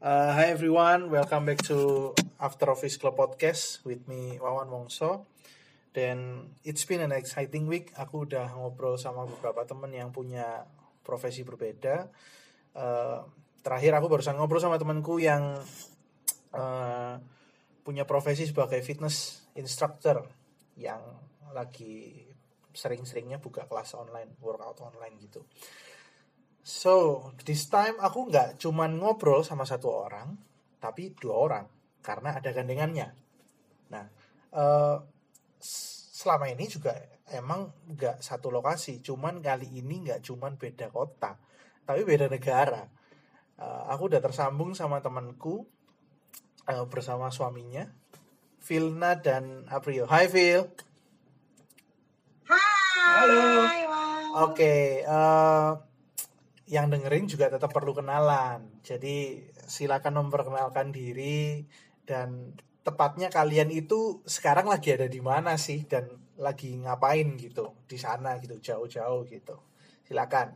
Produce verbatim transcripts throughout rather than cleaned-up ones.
Uh, hi everyone, welcome back to After Office Club Podcast with me Wawan Wongso. Dan it's been an exciting week. Aku udah ngobrol sama beberapa temen yang punya profesi berbeda. Uh, terakhir aku barusan ngobrol sama temanku yang uh, punya profesi sebagai fitness instructor yang lagi sering-seringnya buka kelas online, workout online gitu. So, this time aku nggak cuman ngobrol sama satu orang, tapi dua orang, karena ada gandengannya. Nah, uh, selama ini juga emang nggak satu lokasi, cuman kali ini nggak cuman beda kota, tapi beda negara. Uh, aku udah tersambung sama temanku uh, bersama suaminya, Vilna dan Aprio. Hai Vil. Hai. Halo. Wow. Oke. Okay, uh, yang dengerin juga tetap perlu kenalan. Jadi silakan memperkenalkan diri dan tepatnya kalian itu sekarang lagi ada di mana sih dan lagi ngapain gitu di sana gitu jauh-jauh gitu. Silakan.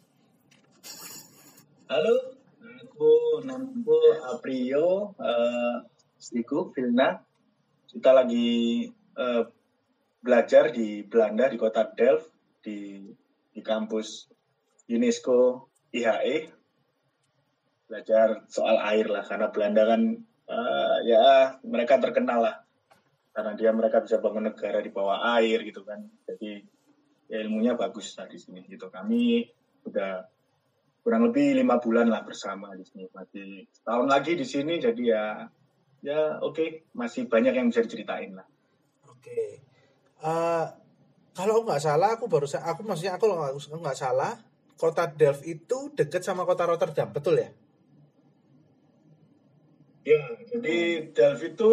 Halo, aku namaku Aprio, uh, istriku Vilna. Kita lagi uh, belajar di Belanda di kota Delft di di kampus UNESCO I H E, belajar soal air lah, karena Belanda kan uh, ya mereka terkenal lah karena dia mereka bisa bangun negara di bawah air gitu kan, jadi ya, ilmunya bagus lah di sini gitu. Kami udah kurang lebih lima bulan lah bersama di sini, masih setahun lagi di sini, jadi ya ya oke okay, masih banyak yang bisa diceritain lah. Oke, okay. uh, kalau nggak salah aku baru aku maksudnya aku nggak salah. Kota Delft itu dekat sama kota Rotterdam, betul ya? Ya, jadi Delft itu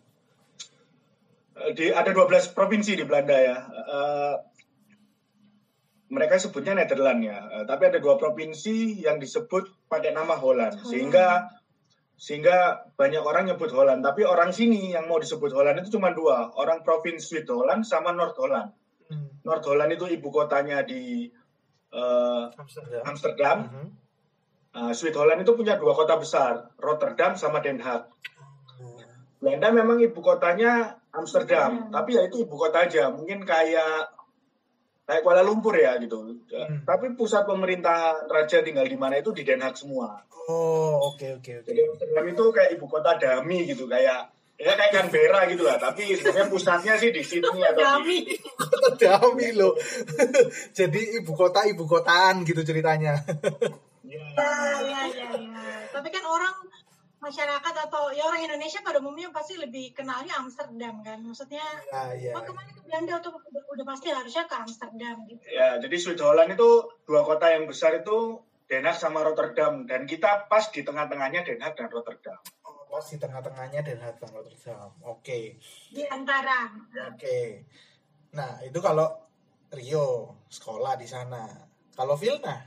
di, ada dua belas provinsi di Belanda ya. Uh, mereka sebutnya Nederland ya, uh, tapi ada dua provinsi yang disebut pakai nama Holland, sehingga sehingga banyak orang nyebut Holland. Tapi orang sini yang mau disebut Holland itu cuma dua, orang provinsi Zuid-Holland sama Noord-Holland. Hmm. Noord-Holland itu ibu kotanya di Uh, Amsterdam. Amsterdam. Uh-huh. Uh, Zuid-Holland itu punya dua kota besar, Rotterdam sama Den Haag. Uh-huh. Belanda memang ibu kotanya Amsterdam, uh-huh. tapi ya itu ibu kota aja, mungkin kayak kayak Kuala Lumpur ya gitu. Uh-huh. Tapi pusat pemerintah raja tinggal di mana itu di Den Haag semua. Oh, oke okay, oke okay, oke. Okay. Jadi Amsterdam itu kayak ibu kota dummy gitu, kayak ya kayak Canberra gitu lah, tapi sebenarnya pusatnya sih di Sydney atau di Dami loh. Jadi ibu kota ibu kotaan gitu ceritanya. Ya, ya, ya, ya. Tapi kan orang masyarakat atau ya orang Indonesia pada umumnya pasti lebih kenalnya Amsterdam kan, maksudnya. Ya, ya. Oh kemana ke Belanda tuh udah pasti harusnya ke Amsterdam gitu. Ya, jadi Zuid-Holland itu dua kota yang besar itu Den Haag sama Rotterdam, dan kita pas di tengah-tengahnya Den Haag dan Rotterdam. Pas di tengah-tengahnya Den Haag dan Rotterdam. Oke. Okay. Di antara. Oke. Okay. Nah, itu kalau Rio sekolah di sana. Kalau Vilna?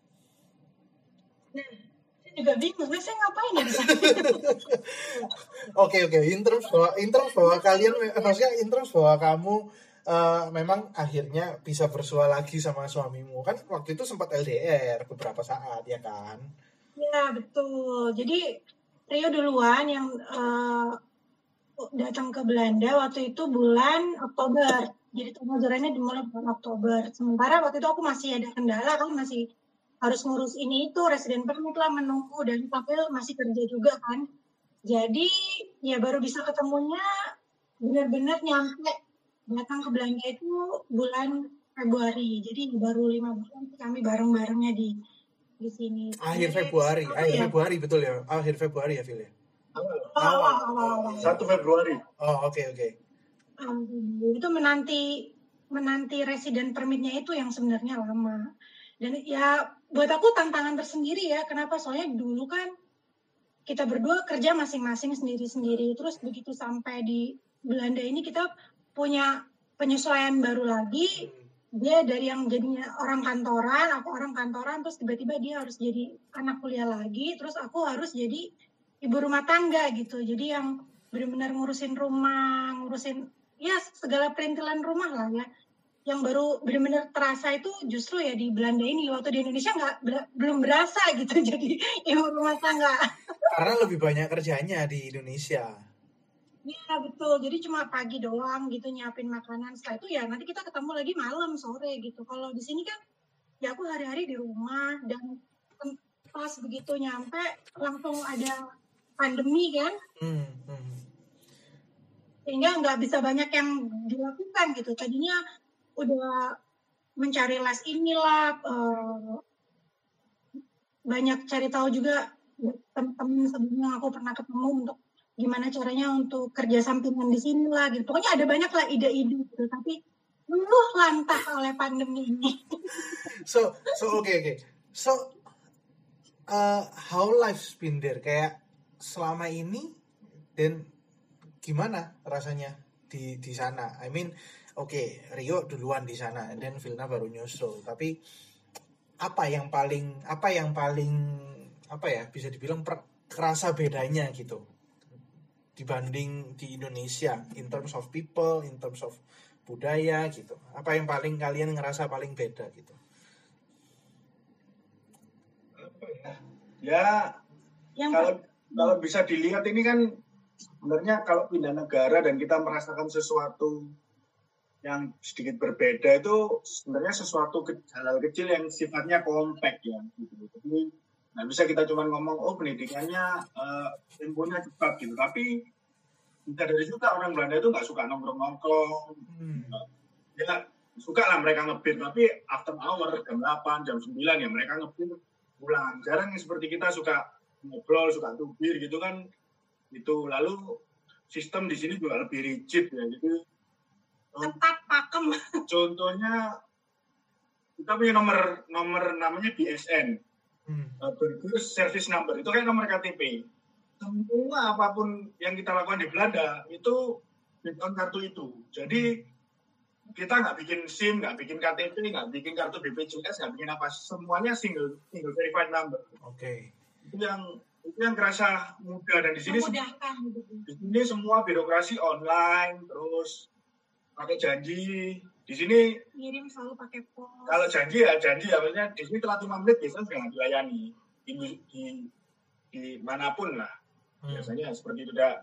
Nah, saya juga bingung, saya ngapain ya di sana? Oke, oke. In terms bahwa in terms bahwa kalian maksudnya in terms bahwa kamu uh, memang akhirnya bisa bersua lagi sama suamimu. Kan waktu itu sempat L D R beberapa saat, ya kan? Ya, betul. Jadi Rio duluan yang uh, datang ke Belanda waktu itu bulan Oktober. Jadi pembelajarannya dimulai bulan Oktober. Sementara waktu itu aku masih ada kendala, kan masih harus ngurus ini itu, resident permit lah, menunggu, dan sambil masih kerja juga kan. Jadi ya baru bisa ketemunya benar-benar nyampe datang ke Belanda itu bulan Februari. Jadi baru lima bulan kami bareng-barengnya di di sini. Akhir Februari, akhir ya? Februari betul ya? Akhir Februari ya, Phil ya? Awal, awal, awal. satu Februari. Oh, oke okay, oke. Okay. Um, itu menanti menanti resident permitnya itu yang sebenarnya lama. Dan ya buat aku tantangan tersendiri ya. Kenapa? Soalnya dulu kan kita berdua kerja masing-masing sendiri-sendiri. Terus begitu sampai di Belanda ini kita punya penyesuaian baru lagi. Dia dari yang jadinya orang kantoran, aku orang kantoran, terus tiba-tiba dia harus jadi anak kuliah lagi, terus aku harus jadi ibu rumah tangga gitu. Jadi yang benar-benar ngurusin rumah, ngurusin ya segala perintilan rumah lah ya. Yang baru benar-benar terasa itu justru ya di Belanda ini. Waktu di Indonesia nggak belum berasa gitu jadi ibu rumah tangga. karena lebih banyak kerjanya di Indonesia. Iya betul, jadi cuma pagi doang gitu nyiapin makanan. Setelah itu ya nanti kita ketemu lagi malam sore gitu. Kalau di sini kan ya aku hari-hari di rumah dan pas begitu nyampe langsung ada pandemi kan, Hmm, hmm. sehingga nggak bisa banyak yang dilakukan gitu. Tadinya udah mencari les inilah, eh, banyak cari tahu juga teman-teman sebelumnya aku pernah ketemu untuk gimana caranya untuk kerja sampingan di sini lah gitu. Pokoknya ada banyak lah ide-ide gitu, tapi luluh lantah oleh pandemi ini. So, so oke okay, oke. Okay. So, uh, how life's been there? Kayak selama ini dan gimana rasanya di di sana? I mean, oke, okay, Rio duluan di sana, dan Vilna baru nyusul. Tapi apa yang paling apa yang paling apa ya bisa dibilang per, kerasa bedanya gitu dibanding di Indonesia in terms of people, in terms of budaya gitu. Apa yang paling kalian ngerasa paling beda gitu? Apa ya? Ya, Yang kalau kalau bisa dilihat ini kan sebenarnya kalau pindah negara dan kita merasakan sesuatu yang sedikit berbeda itu sebenarnya sesuatu ke, hal kecil yang sifatnya kompak ya gitu. Jadi nggak bisa kita cuma ngomong oh pendidikannya uh, temponya cepat gitu, tapi kita dari juga orang Belanda itu nggak suka nongkrong-nongkrong, hmm. ya suka lah mereka ngebir, tapi after hour jam delapan, jam sembilan ya mereka ngebir pulang. Jarang yang seperti kita suka ngobrol, suka tubir gitu kan. Itu lalu sistem di sini juga lebih rigid ya, jadi ketat pakem. Contohnya kita punya nomor nomor namanya B S N, hmm. Burger Service Number, itu kayak nomor K T P. Semua apapun yang kita lakukan di Belanda itu on kartu itu. Jadi kita nggak bikin SIM, nggak bikin K T P, nggak bikin kartu B P J S, nggak bikin apa, semuanya single single verified number. Oke. Okay. Itu yang itu yang kerasa mudah, dan di sini memudahkan. Di sini semua birokrasi online, terus pakai janji. Di sini ngirim selalu pakai pos. Kalau janji ya janji ya, maksudnya di sini telat lima menit biasanya sudah dilayani di, di di manapun lah. Hmm. Biasanya seperti itu dah.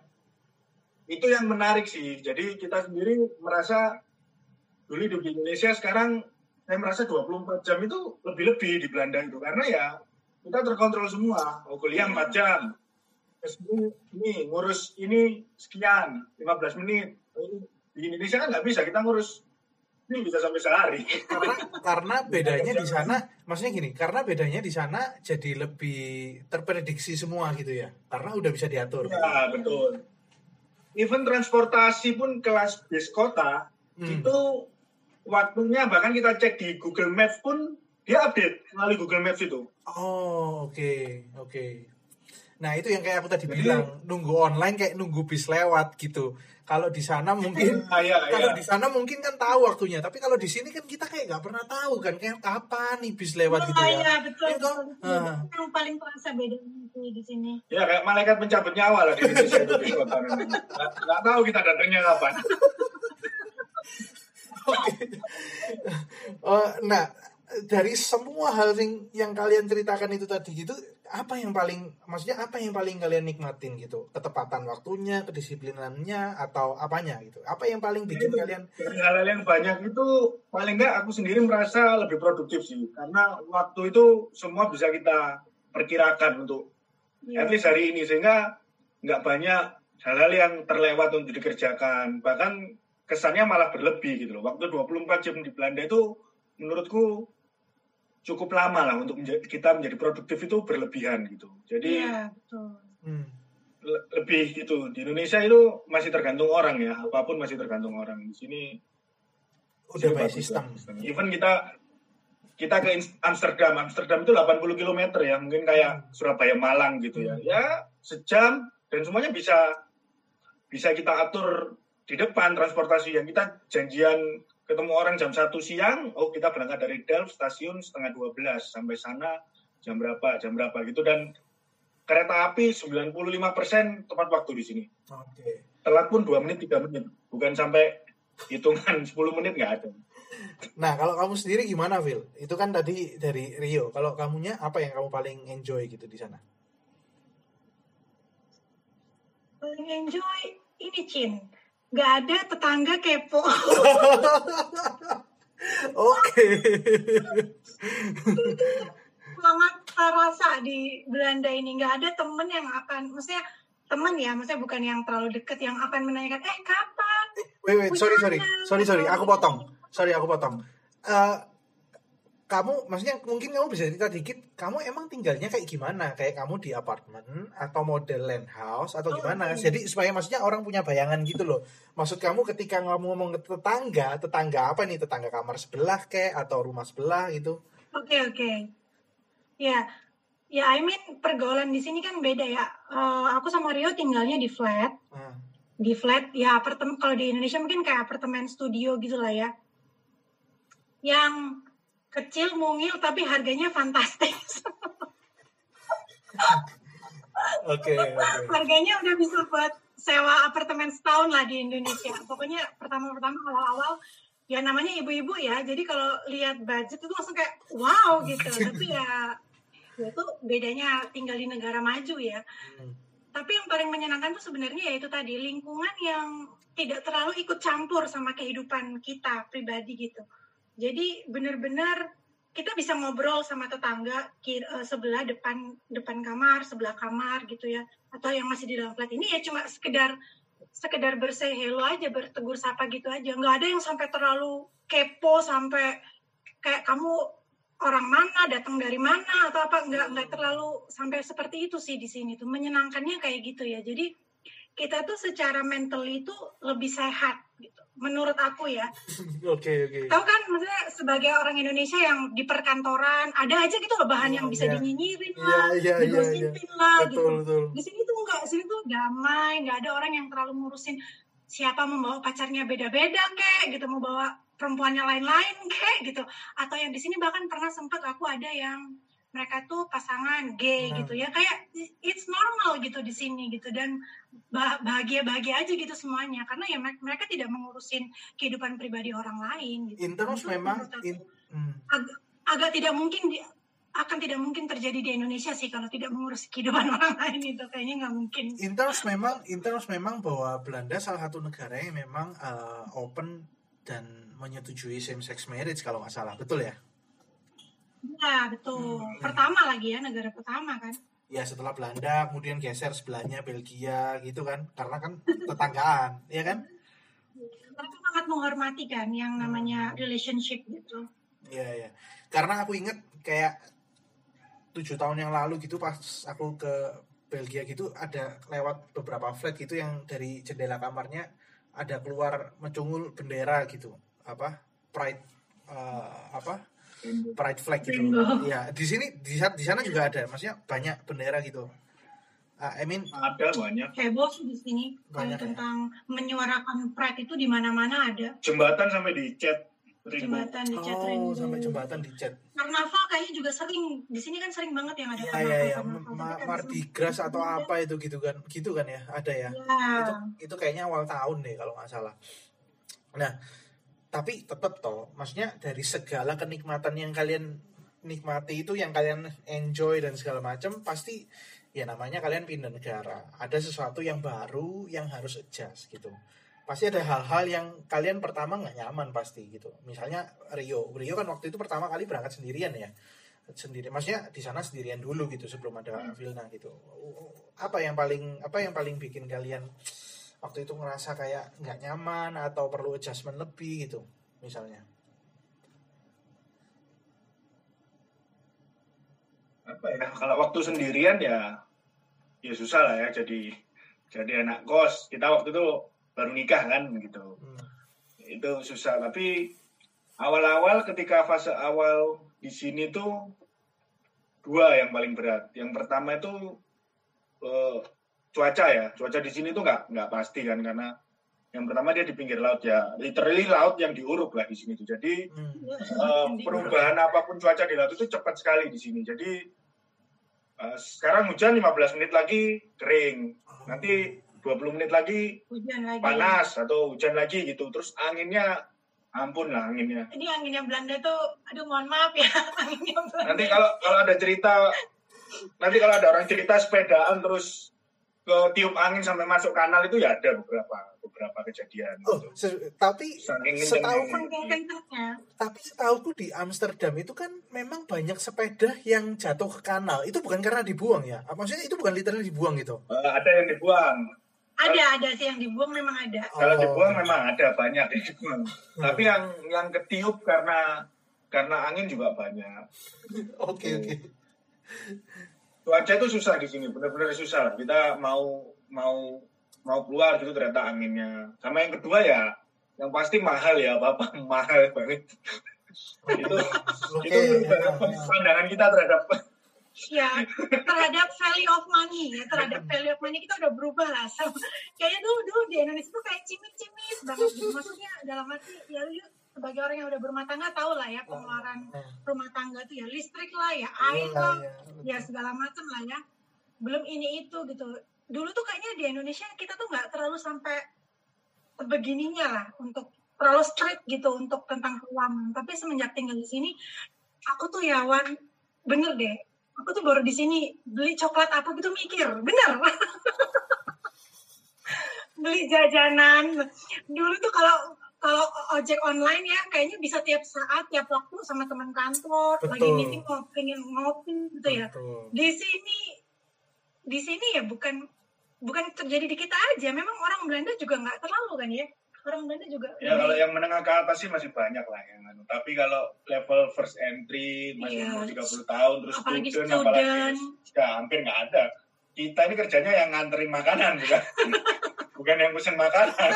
Itu yang menarik sih. Jadi kita sendiri merasa dulu di Indonesia, sekarang saya merasa dua puluh empat jam itu lebih-lebih di Belanda itu, karena ya kita terkontrol semua. Mau kuliah empat jam. Terus ini ngurus ini sekian lima belas menit. Di Indonesia kan nggak bisa, kita ngurus ini bisa sampai sehari. Karena karena bedanya di sana, maksudnya gini, karena bedanya di sana jadi lebih terprediksi semua gitu ya. Karena udah bisa diatur. Ya, betul. Even transportasi pun kelas bis kota, hmm. itu waktunya bahkan kita cek di Google Maps pun dia update melalui Google Maps itu. Oh, oke, okay, oke. Okay. Nah, itu yang kayak aku tadi Jadi, bilang, nunggu online kayak nunggu bis lewat gitu. Kalau di sana mungkin ah, iya, kalau iya. di sana mungkin kan tahu waktunya, tapi kalau di sini kan kita kayak nggak pernah tahu kan kayak kapan nih bis lewat oh, gitu ya. Iya, betul. Itu uh. yang paling terasa bedanya itu di sini. Ya kayak malaikat pencabut nyawa lah di Indonesia itu bis kota. Nggak, nggak tahu kita datangnya kapan. uh, nah, dari semua hal yang, yang kalian ceritakan itu tadi gitu, apa yang paling, maksudnya apa yang paling kalian nikmatin gitu? Ketepatan waktunya, kedisiplinannya, atau apanya gitu? Apa yang paling bikin itu, kalian? Dari hal-hal yang banyak itu, paling enggak aku sendiri merasa lebih produktif sih. Karena waktu itu semua bisa kita perkirakan untuk yeah. at least hari ini. Sehingga nggak banyak hal-hal yang terlewat untuk dikerjakan. Bahkan kesannya malah berlebih gitu loh. Waktu dua puluh empat jam di Belanda itu menurutku cukup lama lah untuk menjadi, kita menjadi produktif itu berlebihan gitu. Jadi ya, betul. Hmm. Le- lebih gitu. Di Indonesia itu masih tergantung orang ya, apapun masih tergantung orang. Di sini udah by sistem. Even kita kita ke Amsterdam, Amsterdam itu delapan puluh kilometer ya, mungkin kayak Surabaya Malang gitu ya. Ya sejam dan semuanya bisa bisa kita atur di depan transportasi yang kita janjian. Ketemu orang jam satu siang, oh kita berangkat dari Delft, stasiun setengah dua belas, sampai sana jam berapa, jam berapa gitu. Dan kereta api sembilan puluh lima persen tepat waktu di sini. Okay. Telat pun dua menit, tiga menit. Bukan sampai hitungan sepuluh menit, nggak ada. Nah, kalau kamu sendiri gimana, Phil? Itu kan tadi dari Rio. Kalau kamunya, apa yang kamu paling enjoy gitu di sana? Paling enjoy ini Cin. Gak ada tetangga kepo. Oke. Sangat terasa di Belanda ini. Gak ada temen yang akan, maksudnya temen ya, maksudnya bukan yang terlalu deket yang akan menanyakan, eh kapan? Wait, wait, sorry, sorry, sorry, sorry, aku potong, sorry, aku potong. Uh, kamu, maksudnya mungkin kamu bisa cerita dikit, kamu emang tinggalnya kayak gimana? Kayak kamu di apartemen atau model land house atau gimana? Oh, jadi supaya maksudnya orang punya bayangan gitu loh. Maksud kamu ketika kamu ngomong ke tetangga, tetangga apa nih? Tetangga kamar sebelah kayak atau rumah sebelah gitu? Oke, okay, oke. Okay. Ya, ya, I mean pergaulan di sini kan beda ya. Uh, aku sama Rio tinggalnya di flat. Hmm. Di flat, ya apartemen. Kalau di Indonesia mungkin kayak apartemen studio gitu lah ya. Yang kecil, mungil, tapi harganya fantastis. Oke, okay, okay. Harganya udah bisa buat sewa apartemen setahun lah di Indonesia. Pokoknya pertama-pertama awal-awal, ya namanya ibu-ibu ya. Jadi kalau lihat budget itu langsung kayak wow gitu. Tapi ya, ya itu bedanya tinggal di negara maju ya. Hmm. Tapi yang paling menyenangkan tuh sebenarnya ya itu tadi, lingkungan yang tidak terlalu ikut campur sama kehidupan kita pribadi gitu. Jadi benar-benar kita bisa ngobrol sama tetangga kir, uh, sebelah depan depan kamar, sebelah kamar gitu ya. Atau yang masih di dalam flat ini ya cuma sekedar sekedar bersay hello aja, bertegur sapa gitu aja. Nggak ada yang sampai terlalu kepo sampai kayak kamu orang mana, datang dari mana atau apa, nggak nggak terlalu sampai seperti itu sih di sini tuh. Menyenangkannya kayak gitu ya. Jadi kita tuh secara mental itu lebih sehat gitu. Menurut aku ya. Oke, okay, oke. Okay. Tahu kan maksudnya sebagai orang Indonesia yang di perkantoran ada aja gitu loh bahan oh, yang bisa yeah. dinyinyirin lah, yeah, yeah, digosipin yeah, yeah. lah betul, gitu. Betul. Di sini tuh enggak, di sini tuh damai, enggak ada orang yang terlalu ngurusin siapa mau bawa pacarnya beda-beda kek gitu, mau bawa perempuannya lain-lain kek gitu. Atau yang di sini bahkan pernah sempat aku ada yang mereka tuh pasangan gay nah. gitu ya, kayak it's normal gitu di sini gitu, dan bahagia-bahagia aja gitu semuanya karena ya mereka tidak mengurusin kehidupan pribadi orang lain gitu. In terms memang in, hmm. agak, agak tidak mungkin di, akan tidak mungkin terjadi di Indonesia sih kalau tidak mengurus kehidupan orang lain itu kayaknya nggak mungkin. In terms memang in terms memang bahwa Belanda salah satu negara yang memang uh, open dan menyetujui same sex marriage kalau nggak salah, betul ya? Ya betul. Hmm. Pertama lagi ya, negara pertama kan. Ya setelah Belanda, kemudian geser sebelahnya Belgia gitu kan, karena kan tetanggaan, ya kan? Mereka sangat menghormati kan yang namanya relationship gitu. Iya ya. Karena aku inget kayak tujuh tahun yang lalu gitu pas aku ke Belgia gitu ada lewat beberapa flat gitu yang dari jendela kamarnya ada keluar mencungul bendera gitu, apa Pride uh, apa? Pride flag gitu. Ya, di sini di, di sana juga ada. Maksudnya banyak bendera gitu. Uh, I mean ada banyak. Heboh sih di sini. Kalau tentang ya? Menyuarakan pride itu di mana-mana ada. Jembatan sampai dicat. Jembatan dicat. Oh, sampai jembatan dicat. Karnaval kayaknya juga sering. Di sini kan sering banget yang ada ya, karnaval. Iya, iya, Ma- Mardi Gras atau apa itu gitu kan. Gitu kan ya, ada ya. ya. Itu itu kayaknya awal tahun deh kalau nggak salah. Nah, tapi tetap toh, maksudnya dari segala kenikmatan yang kalian nikmati itu, yang kalian enjoy dan segala macam, pasti ya namanya kalian pindah negara. Ada sesuatu yang baru yang harus adjust gitu. Pasti ada hal-hal yang kalian pertama nggak nyaman pasti gitu. Misalnya Rio, Rio kan waktu itu pertama kali berangkat sendirian ya, sendiri. Maksudnya di sana sendirian dulu gitu sebelum ada Vilna gitu. Apa yang paling apa yang paling bikin kalian waktu itu ngerasa kayak nggak nyaman atau perlu adjustment lebih gitu misalnya? Apa ya, kalau waktu sendirian ya ya susah lah ya, jadi jadi anak kos. Kita waktu itu baru nikah kan gitu. hmm. Itu susah. Tapi awal-awal ketika fase awal di sini tuh dua yang paling berat. Yang pertama itu uh, cuaca ya, cuaca di sini tuh nggak nggak pasti kan, karena yang pertama dia di pinggir laut ya, literally laut yang diuruk lah di sini tuh. Jadi hmm. uh, perubahan apapun cuaca di laut itu cepat sekali di sini. Jadi uh, sekarang hujan lima belas menit lagi kering, nanti dua puluh menit lagi, lagi panas atau hujan lagi gitu. Terus anginnya ampun lah anginnya. Ini anginnya Belanda tuh, aduh mohon maaf ya, anginnya Belanda. Nanti kalau kalau ada cerita, nanti kalau ada orang cerita sepedaan terus ke tiup angin sampai masuk kanal itu ya ada beberapa beberapa kejadian. Oh, se- tapi Saking setahu kencengnya. tapi setahuku di Amsterdam itu kan memang banyak sepeda yang jatuh ke kanal. Itu bukan karena dibuang ya? Apa maksudnya itu bukan literally dibuang gitu? Uh, ada yang dibuang. Ada, ada sih yang dibuang memang ada. Kalau Oh. dibuang memang ada banyak yang dibuang. Hmm. Tapi yang yang ketiup karena karena angin juga banyak. Oke, oke. Cuaca itu susah di sini, benar-benar susah. Kita mau mau mau keluar gitu ternyata anginnya. Sama yang kedua ya, yang pasti mahal ya, apa-apa mahal banget. itu Oke. itu merubah pandangan kita terhadap Ya, terhadap value of money ya, terhadap value of money kita udah berubah lah. So, kayaknya dulu dulu di Indonesia tuh kayak cimit-cimit banget gitu. Maksudnya dalam arti ya lu sebagai orang yang udah berumah tangga tahu lah ya pengeluaran rumah tangga tuh ya listrik lah ya air Iya, lah iya, ya segala macam lah ya. Belum ini itu gitu. Dulu tuh kayaknya di Indonesia kita tuh nggak terlalu sampai begininya lah untuk terlalu strict gitu untuk tentang keuangan. Tapi semenjak tinggal di sini, aku tuh ya Wan, bener deh. Aku tuh baru di sini beli coklat apa gitu mikir, bener. Beli jajanan. Dulu tuh kalau kalau ojek online ya kayaknya bisa tiap saat, tiap waktu sama teman kantor, Betul. lagi meeting mau pengen ngopi gitu ya. Betul. Di sini di sini ya bukan bukan terjadi di kita aja. Memang orang Belanda juga nggak terlalu kan ya. Orang Belanda juga ya kalau yang menengah ke atas sih masih banyak lah yang anu. Tapi kalau level first entry masih Iya. umur tiga puluh tahun terus Apalagi student, student. apalagi ya hampir nggak ada. Kita ini kerjanya yang nganterin makanan bukan bukan yang pesen makanan.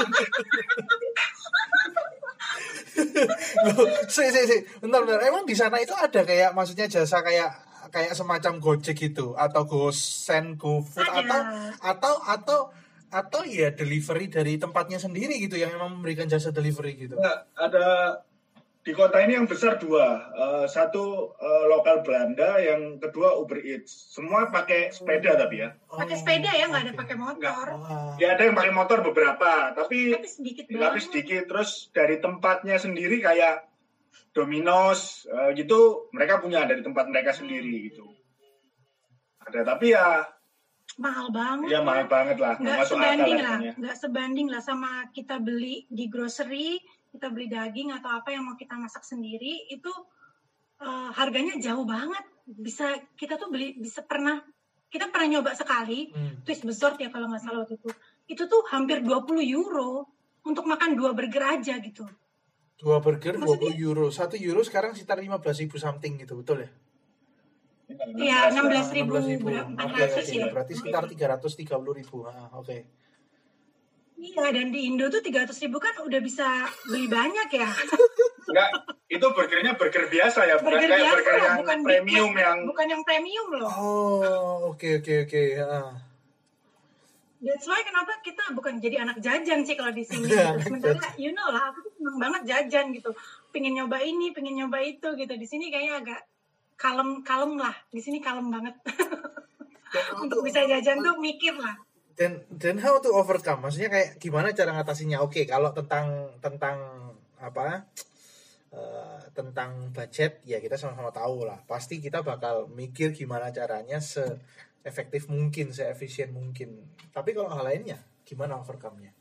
Loh, si, si, si. Bentar, bentar. Emang di sana itu ada kayak maksudnya jasa kayak kayak semacam Gojek gitu atau GoSend, GoFood Ada. atau atau atau atau ya delivery dari tempatnya sendiri gitu yang memang memberikan jasa delivery gitu. Nah, ada di kota ini yang besar dua, uh, satu uh, lokal Belanda, yang kedua Uber Eats. Semua pakai sepeda tapi ya. pakai sepeda ya, nggak ada oke. pakai motor. Wah. Ya ada yang pakai motor beberapa, tapi Tapi sedikit tapi banget. sedikit. Terus dari tempatnya sendiri kayak Domino's uh, gitu, mereka punya dari tempat mereka sendiri gitu. Ada tapi ya, Mahal banget. ya mahal banget lah, nggak Nggak masuk akal sebanding lah, harganya. nggak sebanding lah sama kita beli di grocery, kita beli daging atau apa yang mau kita masak sendiri itu uh, harganya jauh banget. Bisa kita tuh beli bisa pernah kita pernah nyoba sekali, Hmm. Twist Resort ya kalau nggak salah waktu itu. Itu tuh hampir dua puluh euro untuk makan dua burger aja gitu. Dua burger dua puluh Maksudnya- euro. Satu euro sekarang sekitar lima belas ribu something gitu, betul ya? Iya, enam belas ribu, enam belas ribu. empat Oke, ratus oke. ya. Berarti sekitar tiga ratus tiga puluh ribu. Ah, oke. Iya, dan di Indo tuh tiga ratus ribu kan udah bisa beli banyak ya. Enggak, itu burgernya burger biasa ya, bukan Burger kayak biasa, burger yang bukan premium big, yang bukan yang premium loh. Oh, oke oke oke. Ah. That's why kenapa kita bukan jadi anak jajan sih kalau di sini. Iya, gitu. anak Sementara you know lah, aku tuh seneng banget jajan gitu. Pengen nyoba ini, pengen nyoba itu gitu. Di sini kayaknya agak kalem kalem lah. Di sini kalem banget. Untuk bisa jajan tuh mikir lah. Dan dan how to overcome? Maksudnya kayak gimana cara ngatasinya? Oke, kalau tentang tentang apa? eh, tentang budget ya kita sama-sama tahu lah. Pasti kita bakal mikir gimana caranya se-efektif mungkin, se-efisien mungkin. Tapi kalau hal lainnya gimana overcome-nya?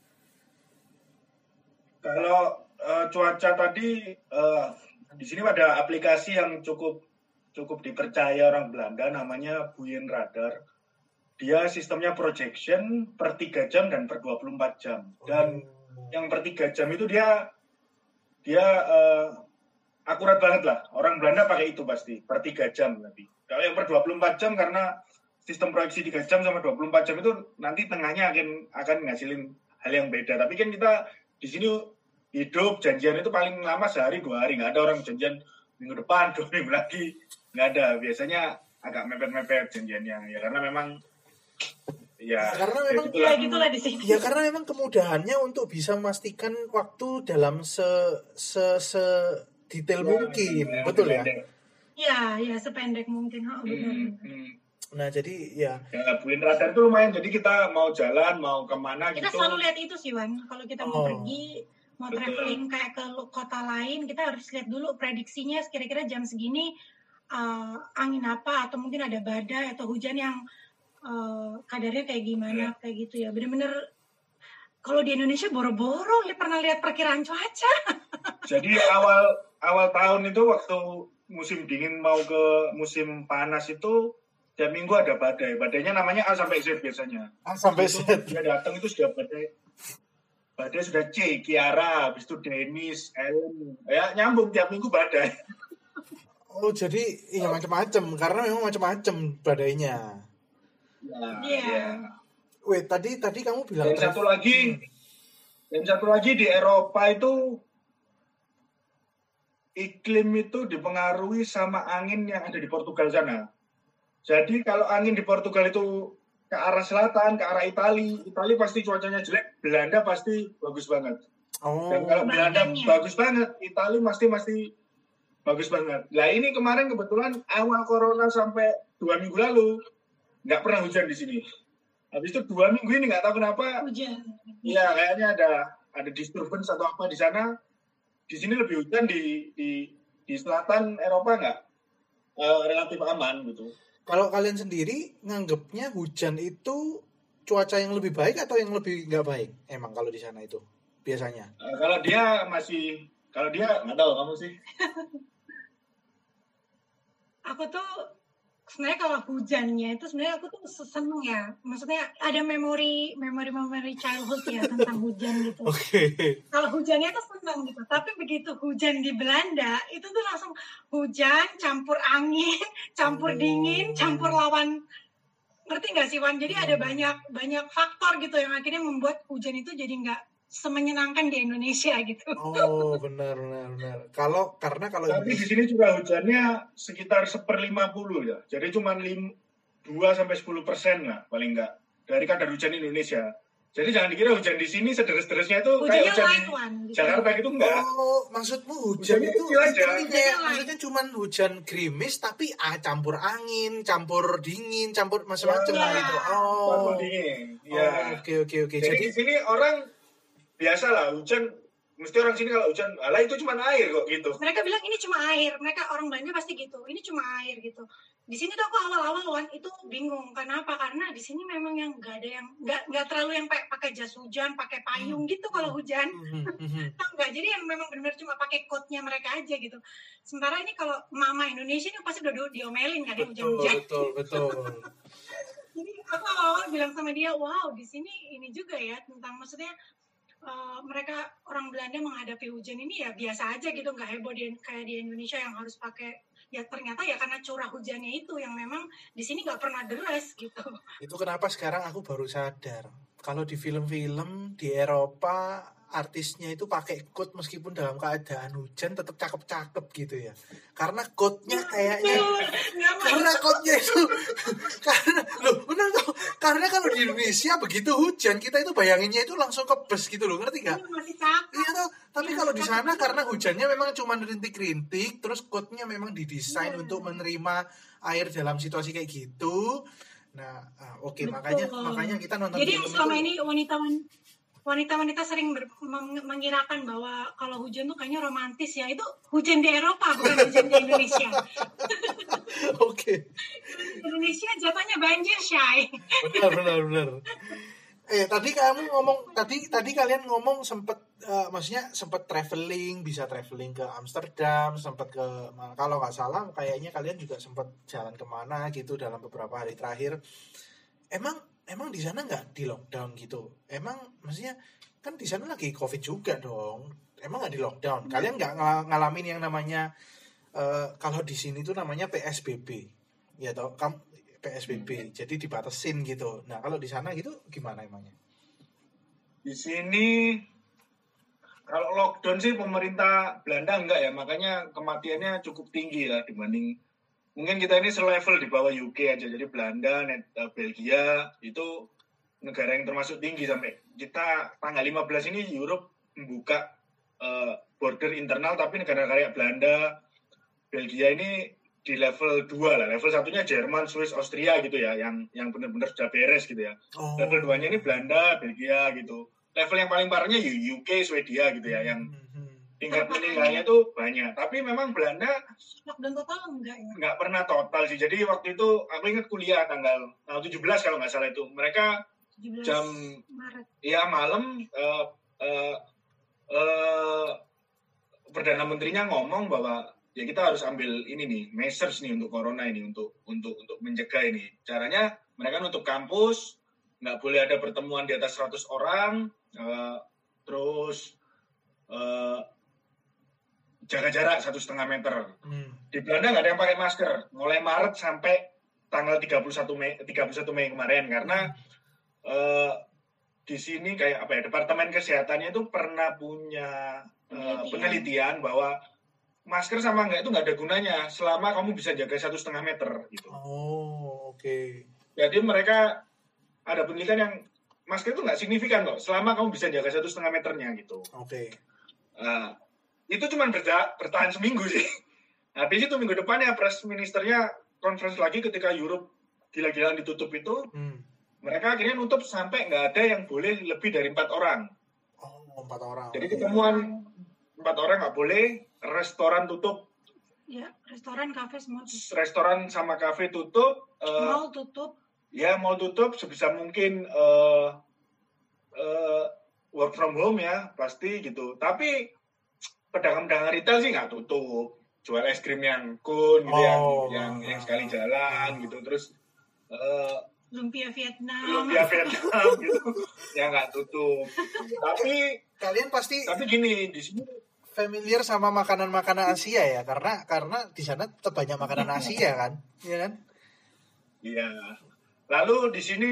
Kalau uh, cuaca tadi, uh, di sini ada aplikasi yang cukup cukup dipercaya orang Belanda, namanya Buien Radar. Dia sistemnya projection per tiga jam dan per dua puluh empat jam. Dan Oh. yang per tiga jam itu dia dia uh, akurat banget lah. Orang Belanda pakai itu pasti per tiga jam nanti. Kalau yang per dua puluh empat jam, karena sistem proyeksi tiga jam sama dua puluh empat jam itu nanti tengahnya akan akan ngasilin hal yang beda. Tapi kan kita di sini hidup janjian itu paling lama sehari dua hari, nggak ada orang janjian minggu depan dua minggu lagi, nggak ada. Biasanya agak mepet-mepet janjiannya ya, karena memang ya Karena ya memang gitulah. Ya gitulah di sini. Ya karena memang kemudahannya untuk bisa memastikan waktu dalam se se, se detail mungkin, Ya, betul ya? Ya, ya sependek mungkin. Oh, benar. Hmm, hmm. Nah jadi ya Ya, Buien Radar itu lumayan. Jadi kita mau jalan, mau kemana Kita gitu. selalu lihat itu sih Wan. Kalau kita mau Oh. pergi, mau Betul. traveling kayak ke lu- kota lain, kita harus lihat dulu prediksinya kira-kira jam segini uh, angin apa atau mungkin ada badai atau hujan yang uh, kadarnya kayak gimana, kayak gitu ya. Bener-bener kalau di Indonesia boro-boro ya pernah lihat perkiraan cuaca. Jadi awal awal tahun itu waktu musim dingin mau ke musim panas itu tiap minggu ada badai. Badainya namanya A sampai Z biasanya. A sampai Z. Dia datang itu sudah badai. Badai sudah C, Kiara, habis itu Dennis, Ellen. Ya nyambung tiap minggu badai. Oh, jadi iya macam-macam karena memang macam-macam badainya. Iya. Iya. Yeah. Wait, tadi tadi kamu bilang Dan satu lagi dan satu lagi di Eropa itu iklim itu dipengaruhi sama angin yang ada di Portugal sana. Jadi kalau angin di Portugal itu ke arah selatan, ke arah Itali, Itali pasti cuacanya jelek, Belanda pasti bagus banget. Oh. Dan kalau Belanda Makanya. bagus banget, Itali pasti pasti bagus banget. Nah ini kemarin kebetulan awal corona sampai dua minggu lalu nggak pernah hujan di sini. Habis itu dua minggu ini nggak tahu kenapa. Hujan. Iya kayaknya ada ada disturbance atau apa di sana. Di sini lebih hujan di di di selatan Eropa nggak uh, relatif aman gitu. Kalau kalian sendiri nganggapnya hujan itu cuaca yang lebih baik atau yang lebih nggak baik? Emang kalau di sana itu biasanya? Uh, kalau dia masih kalau dia nggak tahu kamu sih. Aku tuh sebenarnya kalau hujannya itu sebenarnya aku tuh seneng ya. Maksudnya ada memori memori memori childhood ya tentang hujan gitu. Oke. Okay. Kalau hujannya tuh seneng gitu. Tapi begitu hujan di Belanda itu tuh langsung hujan campur angin, campur Oh. dingin, campur lawan. Ngerti nggak sih Wan? Jadi ada banyak banyak faktor gitu yang akhirnya membuat hujan itu jadi nggak semenyenangkan di Indonesia gitu. Oh, benar benar benar. Kalau karena kalau Tapi di sini juga hujannya sekitar seperlima puluh ya. Jadi cuma dua sampai sepuluh persen lah paling enggak dari kadar hujan Indonesia. Jadi jangan dikira hujan di sini sederes-ederesnya itu kayak Hujannya hujan light di one. Gitu. Jakarta gitu enggak. Oh, maksudmu hujan Hujannya itu kecil aja. literally kayak Hujannya maksudnya cuman hujan gerimis tapi ah, campur angin, campur dingin, campur macam-macam Ya. gitu. Oh. Campur dingin. Oh, Ya. oke oke oke. Jadi, Jadi di sini orang biasa lah hujan, mesti orang sini kalau hujan, alah itu cuma air kok gitu. Mereka bilang ini cuma air. Mereka orang Belanda pasti gitu. Ini cuma air gitu. Di sini tuh aku awal-awal Wan itu bingung. Kenapa? Karena di sini memang yang nggak ada yang nggak nggak terlalu yang pakai pakai jas hujan, pakai payung gitu kalau hujan. Mhm, mhm. Tau nggak? Jadi yang memang benar-benar cuma pakai coatnya mereka aja gitu. Sementara ini kalau mama Indonesia ini pasti udah diomelin kan ya betul hujan-hujan. betul betul. Jadi aku awal-awal bilang sama dia, wow di sini ini juga ya tentang maksudnya uh, mereka orang Belanda menghadapi hujan ini ya biasa aja gitu, nggak heboh di, kayak di Indonesia yang harus pakai. Ya ternyata ya karena curah hujannya itu yang memang di sini nggak pernah deras gitu. Itu kenapa sekarang aku baru sadar kalau di film-film di Eropa artisnya itu pakai coat meskipun dalam keadaan hujan tetap cakep-cakep gitu ya. Karena coatnya kayaknya karena coatnya itu karena loh benar tuh karena kalau di Indonesia begitu hujan kita itu bayanginnya itu langsung kebes gitu loh, ngerti gak? Masih cakep. Iya tuh, tapi kalau di sana karena hujannya memang cuma rintik-rintik, terus coatnya memang didesain Yeah. untuk menerima air dalam situasi kayak gitu. Nah, ah, oke okay, makanya makanya kita nonton Jadi film selama itu. ini wanita wanita-wanita sering ber, meng, mengirakan bahwa kalau hujan tuh kayaknya romantis ya. Itu hujan di Eropa bukan hujan di Indonesia. Oke. Okay. Indonesia jatuhnya banjir, Syai. Benar benar benar. Eh tadi kamu ngomong tadi tadi kalian ngomong sempet uh, maksudnya sempet traveling, bisa traveling ke Amsterdam, sempet ke kalau nggak salah kayaknya kalian juga sempet jalan kemana gitu dalam beberapa hari terakhir. Emang emang di sana nggak di lockdown gitu? Emang maksudnya kan di sana lagi COVID juga dong. Emang nggak di lockdown? Kalian nggak ng- ngalamin yang namanya uh, kalau di sini tuh namanya P S B B, ya toh? Kamu P S B B, jadi dibatasin gitu. Nah kalau di sana gitu gimana emangnya? Di sini kalau lockdown sih pemerintah Belanda enggak ya, makanya kematiannya cukup tinggi lah dibanding mungkin kita ini selevel di bawah U K aja. Jadi Belanda, Net, Belgia itu negara yang termasuk tinggi sampai kita tanggal lima belas ini Europe membuka uh, border internal, tapi negara-negara kayak Belanda, Belgia ini di level dua lah, level satunya Jerman, Swiss, Austria gitu ya, yang yang benar-benar sudah beres gitu ya. Oh. Level duanya ini Belanda, Belgia gitu. Level yang paling parahnya U K, Swedia gitu ya, yang Hmm. tingkat meninggalnya tuh banyak. Tapi memang Belanda lockdown total enggak ya? Nggak pernah total sih. Jadi waktu itu aku ingat kuliah tanggal tanggal tujuh belas kalau nggak salah itu. Mereka tujuh belas jam Maret. ya malam uh, uh, uh, Perdana Menterinya ngomong bahwa ya kita harus ambil ini nih measures nih untuk corona ini untuk untuk untuk mencegah ini. Caranya mereka nutup kampus, nggak boleh ada pertemuan di atas seratus orang, uh, terus uh, jaga jarak satu setengah meter. Hmm. Di Belanda nggak ada yang pakai masker. Mulai Maret sampai tanggal tiga puluh satu Mei kemarin karena hmm. uh, di sini kayak apa ya Departemen Kesehatannya itu pernah punya uh, penelitian bahwa masker sama enggak itu nggak ada gunanya selama kamu bisa jaga satu setengah meter gitu. Oh oke. Okay. Jadi mereka ada penelitian yang masker itu nggak signifikan kok selama kamu bisa jaga satu setengah meternya gitu. Oke. Okay. Uh, itu cuma bertahan, bertahan seminggu sih. Habis itu minggu depannya press ministernya conference lagi ketika Europe gila-gilaan ditutup itu, hmm. mereka akhirnya nutup sampai nggak ada yang boleh lebih dari empat orang. Oh, empat orang. Jadi ketemuan empat orang nggak boleh, restoran tutup. Ya, restoran, kafe semua tutup. Restoran sama kafe tutup. Mall uh, tutup. Ya, mall tutup sebisa mungkin uh, uh, work from home ya, pasti gitu. Tapi pedagang-pedagang retail sih nggak tutup, jual es krim yang kun gitu, oh, yang yang, yang sekali jalan gitu, terus uh, lumpia Vietnam, lumpia Vietnam gitu, ya nggak tutup. Tapi kalian pasti, tapi gini di sini familiar sama makanan-makanan Asia ya, karena karena di sana tetap banyak makanan Asia kan, ya kan? Iya. Lalu di sini,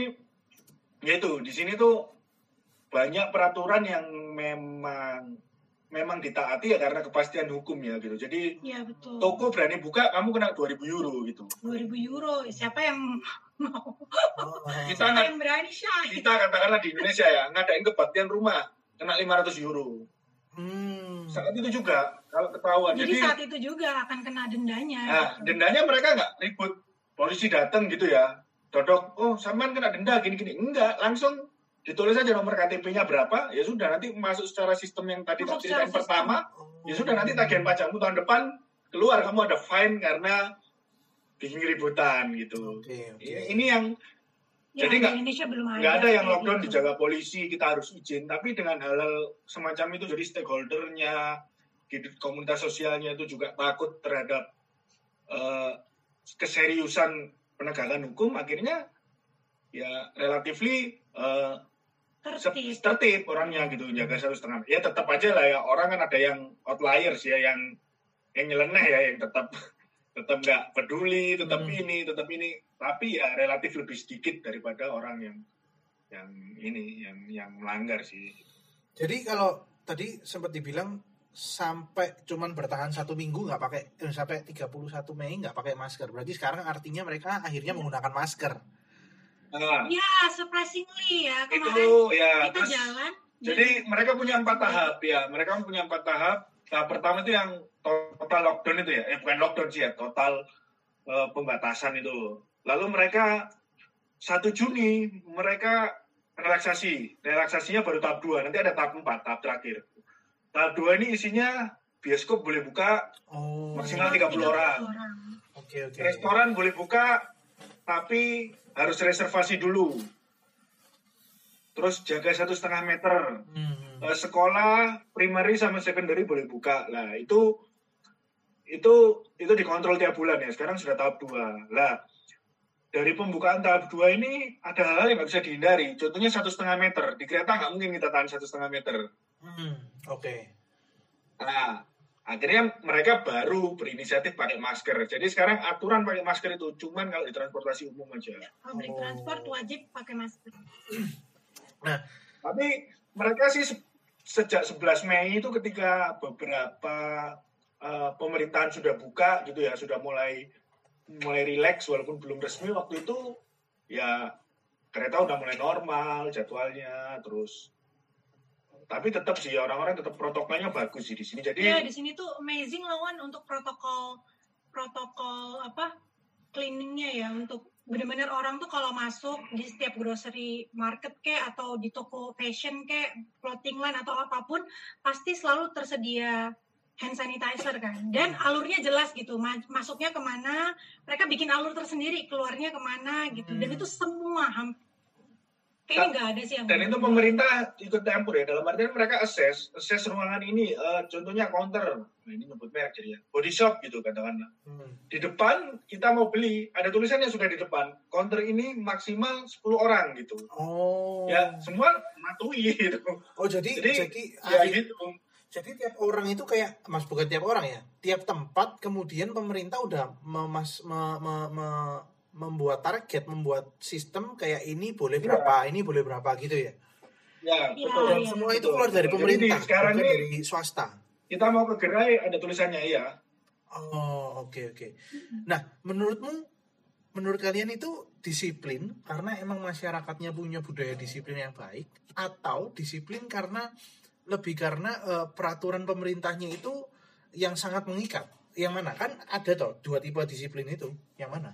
yaitu di sini tuh banyak peraturan yang memang memang ditaati ya karena kepastian hukum ya gitu. Jadi ya, betul. Toko berani buka kamu kena dua ribu euro gitu. dua ribu euro. Siapa yang mau? Kita Siapa nggak, yang berani Syah? Kita katakanlah di Indonesia ya ngadain kebaktian rumah kena lima ratus euro. Hmm. Saat itu juga kalau ketahuan. Jadi, Jadi saat itu juga akan kena dendanya. Nah, gitu. Dendanya mereka nggak ribut. Polisi datang gitu ya. Dodok, oh sampean kena denda gini-gini. Enggak, langsung ditulis aja nomor K T P-nya berapa, ya sudah nanti masuk secara sistem yang tadi tak ceritain pertama, ya sudah nanti tagihan pajakmu tahun depan keluar kamu ada fine karena bikin ributan gitu. Okay, okay. Ini yang ya, jadi nggak nggak ada yang lockdown gitu. Dijaga polisi kita harus izin, tapi dengan hal-hal semacam itu jadi stakeholdernya, komunitas sosialnya itu juga takut terhadap uh, keseriusan penegakan hukum, akhirnya ya relatively uh, tertib. tertib orangnya gitu, jaga satu setengah. Ya tetap aja lah ya, orang kan ada yang outliers ya, yang yang nyeleneh ya, yang tetap tetap nggak peduli, tetap hmm. ini, tetap ini. Tapi ya relatif lebih sedikit daripada orang yang yang ini, yang yang melanggar sih. Jadi kalau tadi sempat dibilang sampai cuman bertahan satu minggu nggak pakai, eh, sampai tiga puluh satu Mei nggak pakai masker. Berarti sekarang artinya mereka akhirnya menggunakan masker. Nah, ya, surprisingly ya kemarin itu, ya, kita terus, jalan. Jadi dan... mereka punya empat tahap ya. Mereka punya empat tahap. Tahap pertama itu yang total lockdown itu ya. Eh bukan lockdown sih ya, total uh, pembatasan itu. Lalu mereka satu Juni mereka relaksasi. Relaksasinya baru tahap dua. Nanti ada tahap empat, tahap terakhir. Tahap dua ini isinya bioskop boleh buka oh, maksimal tiga puluh orang. Oke, oke. Restoran boleh buka tapi harus reservasi dulu. Terus jaga satu setengah meter. Hmm. Sekolah primary sama secondary boleh buka. Lah itu itu itu dikontrol tiap bulan ya. Sekarang sudah tahap dua. Lah dari pembukaan tahap dua ini ada hal yang nggak bisa dihindari. Contohnya satu setengah meter. Di kereta nggak mungkin kita tahan satu setengah meter. Hmm. Oke. Okay. Nah akhirnya mereka baru berinisiatif pakai masker. Jadi sekarang aturan pakai masker itu cuman kalau di transportasi umum aja. Ya, public oh. transport wajib pakai masker. Nah, tapi mereka sih sejak sebelas Mei itu ketika beberapa uh, pemerintahan sudah buka gitu ya, sudah mulai mulai rileks walaupun belum resmi waktu itu ya kereta udah mulai normal jadwalnya terus. Tapi tetap sih orang-orang tetap protokolnya bagus sih di sini. Jadi ya di sini tuh amazing lawan untuk protokol protokol apa cleaningnya ya untuk benar-benar orang tuh kalau masuk di setiap grocery market kayak atau di toko fashion kayak clothing line atau apapun pasti selalu tersedia hand sanitizer kan, dan alurnya jelas gitu, masuknya kemana, mereka bikin alur tersendiri, keluarnya kemana gitu, dan itu semua hampir kayaknya nggak ada sih yang dan itu pemerintah ikut campur ya, dalam artian mereka assess assess ruangan ini, uh, contohnya counter, nah ini nyebut merek jadi ya, body shop gitu katakanlah, hmm. di depan kita mau beli ada tulisannya sudah di depan, counter ini maksimal sepuluh orang gitu, oh ya semua matui gitu. Oh jadi jadi, jadi ya akhir, gitu. Jadi tiap orang itu kayak, mas bukan tiap orang ya, tiap tempat kemudian pemerintah udah memas, me, me, me, membuat target, membuat sistem kayak ini boleh berapa, ya. ini boleh berapa gitu ya. Ya, betul. Dan ya, semua ya. itu keluar dari pemerintah, jadi sekarang bukan ini dari swasta. Kita mau ke gerai ada tulisannya ya. Oh, oke okay, oke. Okay. Nah, menurutmu, menurut kalian itu disiplin karena emang masyarakatnya punya budaya disiplin yang baik, atau disiplin karena lebih karena uh, peraturan pemerintahnya itu yang sangat mengikat? Yang mana? Kan ada toh dua tipe disiplin itu. Yang mana?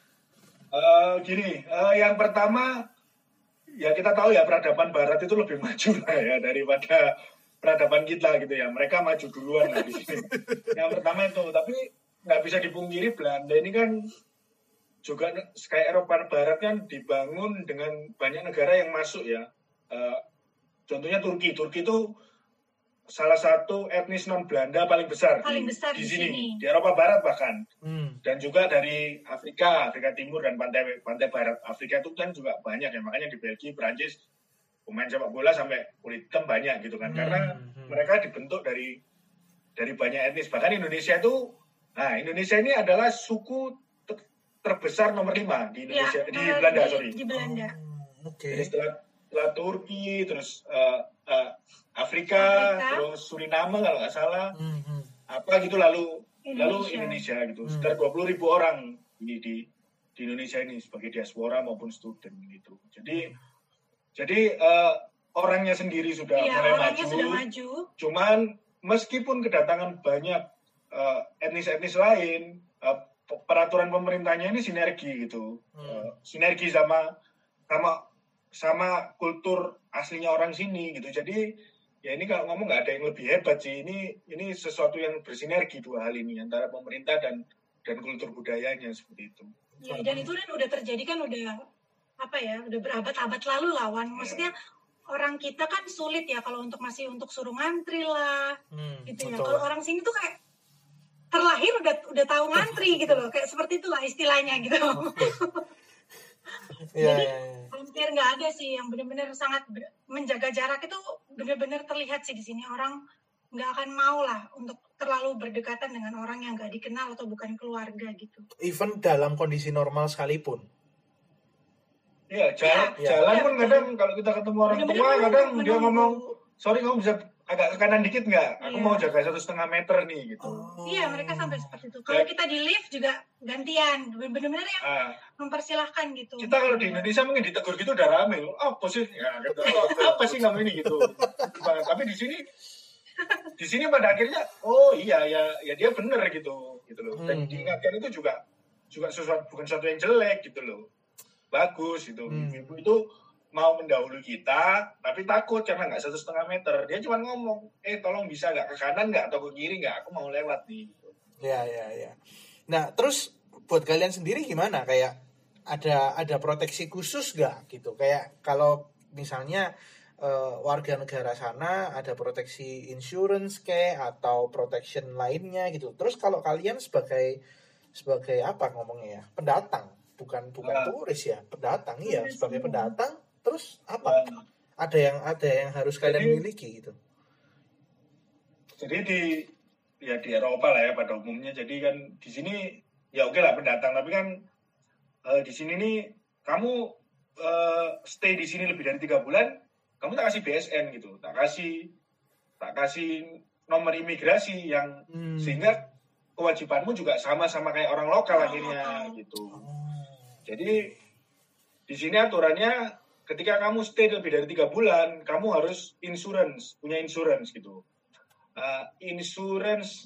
Uh, gini, uh, yang pertama ya kita tahu ya peradaban Barat itu lebih maju lah ya daripada peradaban kita gitu ya. Mereka maju duluan lah di sini. Yang pertama itu, tapi nggak bisa dipungkiri Belanda ini kan juga kayak Eropa Barat kan dibangun dengan banyak negara yang masuk ya. Uh, contohnya Turki. Turki itu salah satu etnis non Belanda paling besar, paling di, besar di, di sini, sini, di Eropa Barat bahkan, hmm. dan juga dari Afrika, Afrika Timur dan pantai pantai barat Afrika itu kan juga banyak ya, makanya di Belgia, Prancis pemain sepak bola sampai kulit hitam banyak gitu kan, hmm. karena hmm. mereka dibentuk dari dari banyak etnis. Bahkan Indonesia itu, nah Indonesia ini adalah suku ter- terbesar nomor lima di Indonesia, ya, di Belanda di, sorry. Di Belanda. Oh, Oke. Okay. Jadi setelah setelah Turki, terus uh, uh, Afrika, Afrika, terus Suriname kalau nggak salah, mm-hmm. apa gitu, lalu Indonesia. lalu Indonesia gitu, mm. sekitar dua puluh ribu orang di, di di Indonesia ini sebagai diaspora maupun student gitu. Jadi mm. jadi uh, orangnya sendiri sudah ya, mulai orangnya maju, sudah maju. Cuman meskipun kedatangan banyak uh, etnis-etnis lain, uh, peraturan pemerintahnya ini sinergi gitu, mm. uh, sinergi sama sama sama kultur aslinya orang sini gitu. Jadi ya ini kalau ngomong nggak ada yang lebih hebat sih. Ini ini sesuatu yang bersinergi dua hal ini antara pemerintah dan dan kultur budayanya seperti itu. Ya, dan itu kan udah terjadi kan udah apa ya, udah berabad-abad lalu lawan. Maksudnya ya. Orang kita kan sulit ya kalau untuk masih untuk suruh ngantri lah, hmm, gitu ya. Kalau orang sini tuh kayak terlahir udah udah tahu ngantri gitu loh, kayak seperti itulah istilahnya gitu. Ya, Jadi ya, ya. hampir nggak ada sih yang benar-benar sangat ber- menjaga jarak itu benar-benar terlihat sih di sini. Orang nggak akan mau lah untuk terlalu berdekatan dengan orang yang nggak dikenal atau bukan keluarga gitu. Even dalam kondisi normal sekalipun. Iya, jalan, ya, jalan ya, pun kadang kalau kita ketemu orang bener-bener tua kadang menunggu. Dia ngomong, sorry kamu bisa agak ke kanan dikit nggak? Aku yeah. mau jaga satu setengah meter nih gitu. Oh. Iya, mereka sampai seperti itu. Kalau ya. kita di lift juga gantian, benar-benar yang ah. mempersilahkan gitu. Kita kalau di Indonesia mungkin ditegur gitu udah rame loh. Oh, apa sih? Ya, gitu. Apa sih kamu ini gitu? Nah, tapi di sini, di sini pada akhirnya, oh iya ya, ya dia benar gitu, gitu loh. Dan hmm. diingatkan itu juga, juga sesuatu bukan sesuatu yang jelek gitu loh. Bagus gitu. Hmm. Ibu itu mau mendahului kita, tapi takut karena nggak satu setengah meter. Dia cuma ngomong, eh tolong bisa nggak ke kanan nggak atau ke kiri nggak? Aku mau lewat nih. Ya ya ya. Nah terus buat kalian sendiri gimana? Kayak ada ada proteksi khusus nggak gitu? Kayak kalau misalnya uh, warga negara sana ada proteksi insurance kayak atau protection lainnya gitu. Terus kalau kalian sebagai sebagai apa ngomongnya ya? Pendatang, bukan bukan nah. turis ya, pendatang iya sebagai pendatang. Terus apa? Nah, ada yang ada yang harus kalian jadi, miliki gitu. Jadi di ya di Eropa lah ya pada umumnya. Jadi kan di sini ya oke lah pendatang, tapi kan uh, di sini nih kamu uh, stay di sini lebih dari tiga bulan, kamu tak kasih B S N gitu, tak kasih tak kasih nomor imigrasi yang hmm. sehingga kewajibanmu juga sama-sama kayak orang lokal akhirnya gitu. Jadi di sini aturannya ketika kamu stay lebih dari tiga bulan, kamu harus insurance, punya insurance gitu. Uh,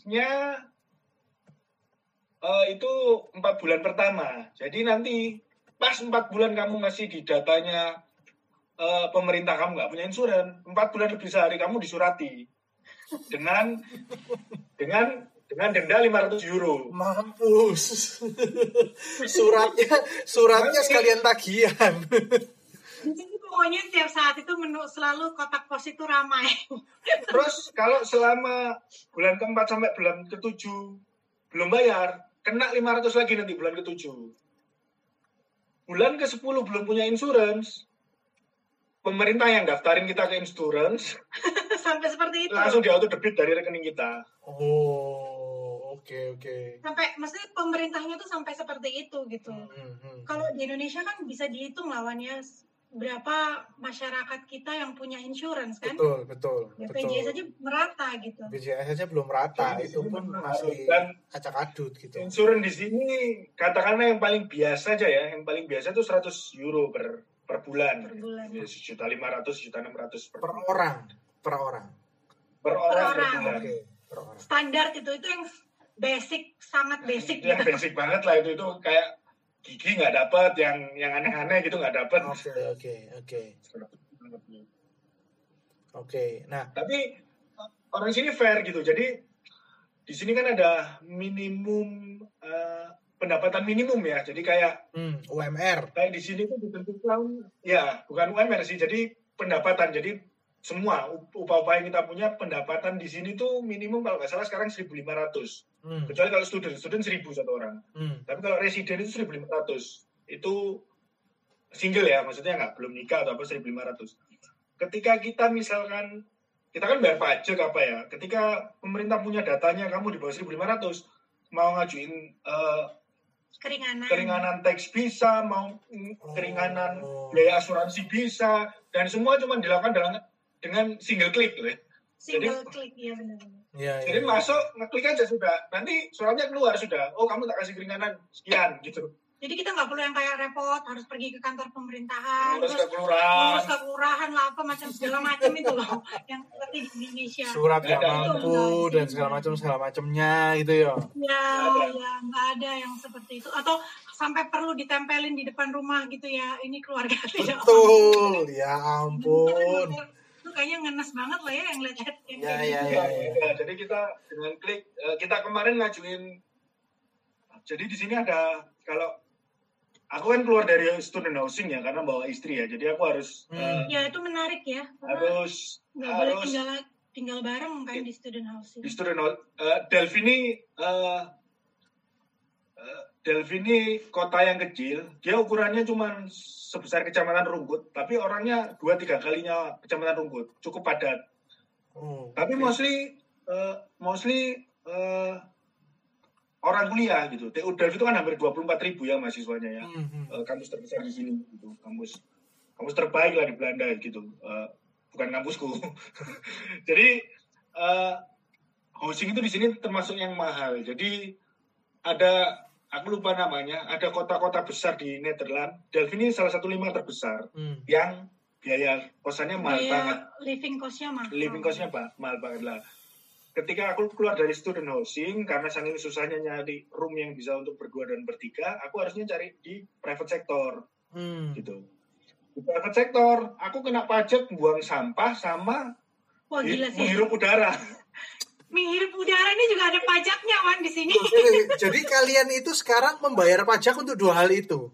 insurance-nya uh, itu empat bulan pertama. Jadi nanti pas empat bulan kamu ngasih di datanya uh, pemerintah kamu nggak punya insurans, empat bulan lebih sehari kamu disurati dengan dengan dengan denda lima ratus euro. Mampus. suratnya suratnya sekalian tagihan. Jadi pokoknya tiap saat itu menu selalu kotak pos itu ramai. Terus kalau selama bulan keempat sampai bulan ketujuh belum bayar, kena lima ratus lagi nanti bulan ketujuh. Bulan ke sepuluh belum punya insurans, pemerintah yang daftarin kita ke insurans Sampai seperti itu. langsung di auto debit dari rekening kita. Oh, oke okay, oke. Okay. Sampai maksudnya pemerintahnya tuh sampai seperti itu gitu. Hmm, hmm, Kalau di Indonesia kan bisa dihitung lawannya berapa masyarakat kita yang punya insurance kan? Betul, betul. B P J S aja merata gitu. B P J S aja belum rata, Jadi, itu pun masih dan acak-adut gitu. Insurans di sini katakanlah yang paling biasa aja ya, yang paling biasa itu seratus euro per per bulan. Per bulan. Ya, sejuta lima ratus, sejuta enam ratus Per orang, per orang. Per orang per orang. bulan. Oke, per orang. Standar itu itu yang basic, sangat basic Itu yang gitu. basic banget lah itu itu kayak gigi nggak dapat, yang yang aneh-aneh gitu nggak dapat. Oke, oke, oke. Oke, nah, Tapi orang sini fair gitu. Jadi di sini kan ada minimum uh, pendapatan minimum ya. Jadi kayak hmm, U M R. kayak di sini tuh ditentukan ya bukan U M R sih. Jadi pendapatan. Jadi semua upah-upah yang kita punya pendapatan di sini tuh minimum kalau nggak salah sekarang seribu lima ratus. Hmm, Kecuali kalau student, student seribu satu orang. hmm, Tapi kalau residen itu seribu lima ratus. Itu single ya, maksudnya nggak belum nikah atau apa seribu lima ratus. Ketika kita misalkan kita kan bayar pajak apa ya, ketika pemerintah punya datanya kamu di bawah seribu lima ratus mau ngajuin uh, Keringanan. keringanan teks bisa, mau Oh. keringanan biaya asuransi bisa, dan semua cuma dilakukan dengan dengan single klik loh ya. Single klik ya benar. ya, Jadi ya. masuk ngeklik aja sudah, nanti suratnya keluar sudah, oh kamu tak kasih keringanan sekian gitu. Jadi kita nggak perlu yang kayak repot harus pergi ke kantor pemerintahan, Terus terus ke kelurahan. ngurus ke kelurahan lah apa macam segala macam itu loh yang seperti di Indonesia. Surat nggak Ada. mampu dan segala macam segala macamnya gitu ya. Ya, Ada. ya nggak ada yang seperti itu atau sampai perlu ditempelin di depan rumah gitu ya. Ini keluarga tidak. Betul, ya ampun. Itu kayaknya ngenes banget lah ya yang lihat-lihat yang Ya, kayak ya, gitu. ya. Ya, ya, jadi kita dengan klik, eh, kita kemarin ngajuin, jadi di sini ada, kalau aku kan keluar dari student housing ya, karena bawa istri ya, jadi aku harus, Hmm. eh, Ya itu menarik ya. Karena harus, nggak boleh harus tinggal tinggal bareng kan di student housing. di student housing. Uh, Delphi ini, uh, uh, Delphi ini kota yang kecil, dia ukurannya cuma sebesar kecamatan Rungkut, tapi orangnya dua tiga kalinya kecamatan Rungkut, cukup padat. Oh, Tapi oke. mostly uh, mostly uh, orang kuliah gitu. T U Delphi itu kan hampir dua puluh empat ribu ya mahasiswanya ya. Hmm, hmm. Uh, kampus terbesar di sini gitu. Kampus kampus terbaik lah di Belanda gitu. Uh, bukan kampusku. Jadi uh, housing itu di sini termasuk yang mahal. Jadi ada, aku lupa namanya, ada kota-kota besar di Nederland. Delphi ini salah satu lima terbesar Hmm. yang biaya kosannya mahal Biaya banget. living cost-nya mahal. Living cost-nya bah- mahal banget lah. Ketika aku keluar dari student housing, karena saking susahnya nyari room yang bisa untuk berdua dan bertiga, aku harusnya cari di private sector, Hmm. gitu. Di private sector, aku kena pajak buang sampah sama Wah hi- gila sih. menghirup udara. Menghirup udara ini juga ada pajaknya Wan di sini. Jadi, jadi kalian itu sekarang membayar pajak untuk dua hal itu?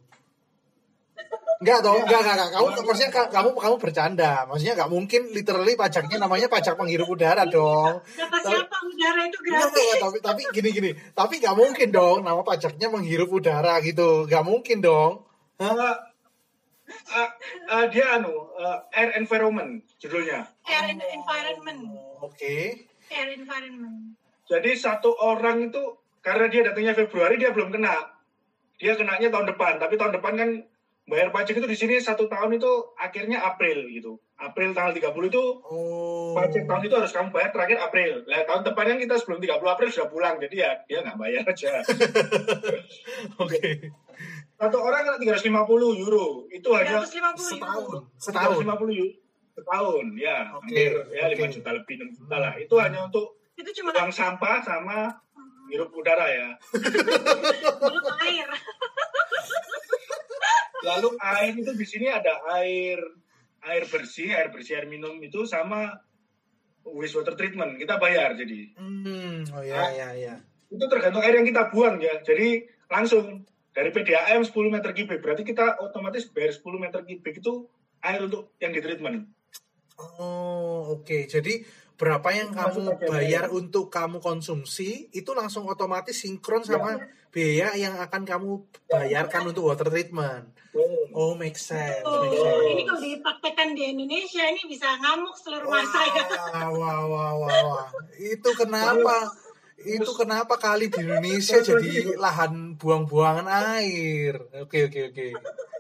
Enggak toh, Iya. enggak, enggak, enggak. Kamu maksudnya ka- kamu kamu bercanda. Maksudnya enggak mungkin literally pajaknya namanya pajak penghirup udara dong. Kata siapa udara itu Enggak, gratis. enggak, tapi tapi gini gini. Tapi enggak mungkin dong nama pajaknya menghirup udara gitu. Enggak mungkin dong. Uh, uh, uh, dia anu, uh, air environment judulnya. Air and environment. Oke. Air environment. Jadi satu orang itu, karena dia datangnya Februari, dia belum kena. Dia kenanya tahun depan, tapi tahun depan kan bayar pajak itu di sini satu tahun itu akhirnya April gitu. April tanggal tiga puluh itu Oh. pajak tahun itu harus kamu bayar terakhir April. Nah, tahun depan kan kita sebelum tiga puluh April sudah pulang, jadi ya dia nggak bayar aja. Oke. Satu orang kena tiga ratus lima puluh euro. Itu hanya tiga ratus lima puluh Setahun. euro. tiga ratus Setahun. lima puluh euro setahun, ya. Oke, Hampir ya lima oke. juta lebih, enam juta lah. Itu hanya untuk Itu cuma buang sampah sama hirup udara ya. hirup air. Lalu air itu di sini ada air air bersih, air bersih air minum itu sama wastewater treatment. Kita bayar jadi. Hmm, oh ya Nah, ya ya. itu tergantung air yang kita buang ya. Jadi langsung dari P D A M sepuluh meter kubik, berarti kita otomatis bayar sepuluh meter kubik itu air untuk yang ditreatment. Oh, oke. Okay. Jadi berapa yang kamu bayar untuk kamu konsumsi itu langsung otomatis sinkron sama ya. Biaya yang akan kamu bayarkan ya. Untuk water treatment. Oh, make sense. Oh, make sense. Ini kalau dipraktekkan di Indonesia ini bisa ngamuk seluruh masa ya. Wah, wah, wah, wah. Itu kenapa? Itu kenapa kali di Indonesia jadi lahan buang-buangan air? Oke, oke, oke.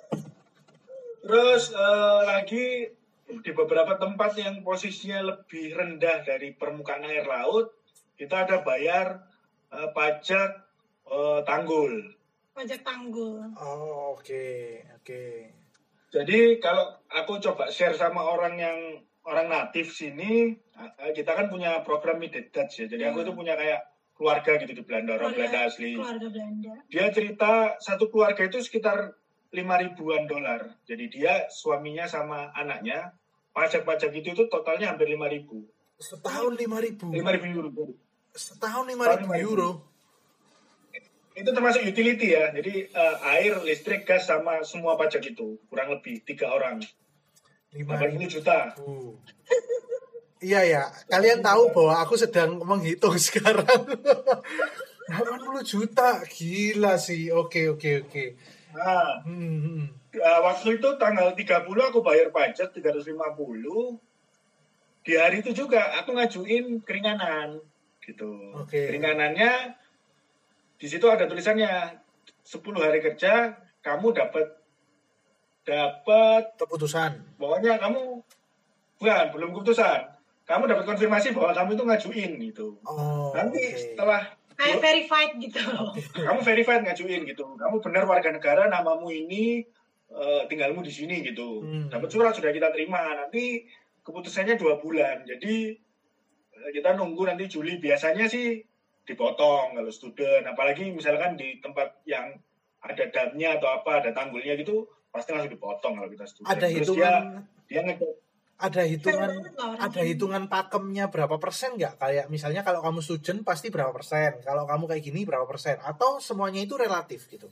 Terus uh, lagi di beberapa tempat yang posisinya lebih rendah dari permukaan air laut, kita ada bayar uh, pajak uh, tanggul. Pajak tanggul. Oh, oke, okay, oke. Okay. Jadi kalau aku coba share sama orang yang orang natif sini, kita kan punya program Middet Dutch ya. Jadi hmm. aku itu punya kayak keluarga gitu di Belanda, orang Belanda asli. Keluarga Belanda. Dia cerita satu keluarga itu sekitar lima ribuan dolar. Jadi dia suaminya sama anaknya pajak-pajak itu itu totalnya hampir lima ribu. Setahun lima ribu. Lima ribu euro. Setahun lima ribu euro. Itu termasuk utility ya. Jadi uh, air, listrik, gas sama semua pajak itu kurang lebih tiga orang. delapan puluh juta. Iya ya. Kalian tahu bahwa aku sedang menghitung sekarang. delapan puluh juta, gila sih. Oke oke oke. Nah, hmm. uh, waktu itu tanggal tiga puluh aku bayar pajak tiga ratus lima puluh. Di hari itu juga aku ngajuin keringanan gitu. Okay. Keringanannya di situ ada tulisannya sepuluh hari kerja kamu dapat dapat keputusan. Pokoknya kamu bukan belum keputusan. Kamu dapat konfirmasi bahwa kamu itu ngajuin gitu. Oh, nanti okay. setelah kayak verified gitu. Kamu verified ngajuin gitu. Kamu benar warga negara, namamu ini, uh, tinggalmu di sini gitu. Hmm. Dapat surat sudah kita terima. Nanti keputusannya dua bulan. Jadi uh, kita nunggu nanti Juli. Biasanya sih dipotong kalau student. Apalagi misalkan di tempat yang ada damnya atau apa, ada tanggulnya gitu, pasti langsung dipotong kalau kita student. Ada Terus hitungan. Dia, dia nge- ada hitungan ada hitungan pakemnya berapa persen nggak? Kayak misalnya kalau kamu student pasti berapa persen, kalau kamu kayak gini berapa persen, atau semuanya itu relatif gitu?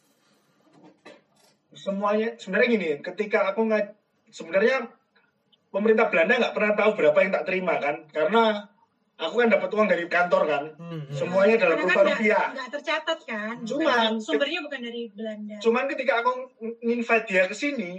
Semuanya sebenarnya gini, ketika aku nggak sebenarnya pemerintah Belanda nggak pernah tahu berapa yang tak terima kan, karena aku kan dapat uang dari kantor kan, hmm. semuanya dalam rupiah rupiah. Nggak tercatat kan? Cuman sumbernya bukan dari Belanda. Cuman ketika aku nginvite dia ke sini,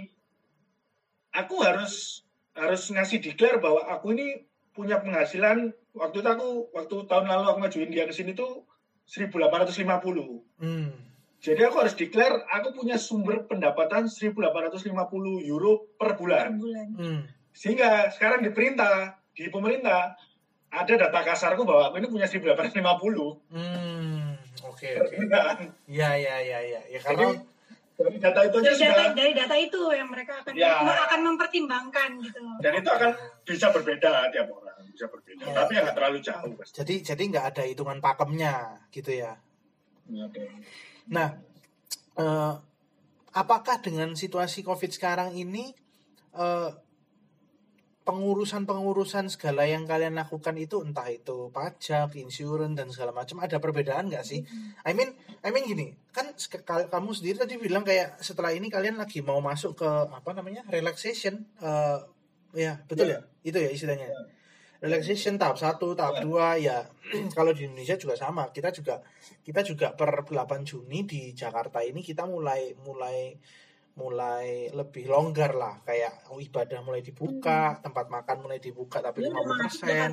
aku harus harus ngasih declare bahwa aku ini punya penghasilan. Waktu itu aku waktu tahun lalu aku ngajuin dia ke sini tuh seribu delapan ratus lima puluh. Hmm. Jadi aku harus declare aku punya sumber pendapatan seribu delapan ratus lima puluh euro per bulan. Per bulan. Hmm. Sehingga sekarang di perintah di pemerintah ada data kasarku bahwa aku ini punya seribu delapan ratus lima puluh. Hmm. Oke oke. Iya iya iya iya. Ya karena Jadi, dari data itu dari sudah, data, dari data itu yang mereka akan ya, akan mempertimbangkan gitu. Dan itu akan bisa berbeda tiap orang, bisa berbeda. Ya, tapi ya nggak terlalu jauh. Pasti. Jadi jadi nggak ada hitungan pakemnya gitu ya. Oke. Nah, eh, apakah dengan situasi COVID sekarang ini eh, pengurusan-pengurusan segala yang kalian lakukan itu, entah itu pajak, insurance dan segala macam, ada perbedaan nggak sih? I mean, I mean gini, kan kamu sendiri tadi bilang kayak setelah ini kalian lagi mau masuk ke apa namanya relaxation, uh, ya betul yeah. ya, itu ya istilahnya. Yeah. Relaxation tahap satu, tahap dua yeah. ya. Kalau di Indonesia juga sama, kita juga kita juga per delapan Juni di Jakarta ini kita mulai mulai mulai lebih longgar lah, kayak oh, ibadah mulai dibuka, hmm. tempat makan mulai dibuka tapi lima puluh persen.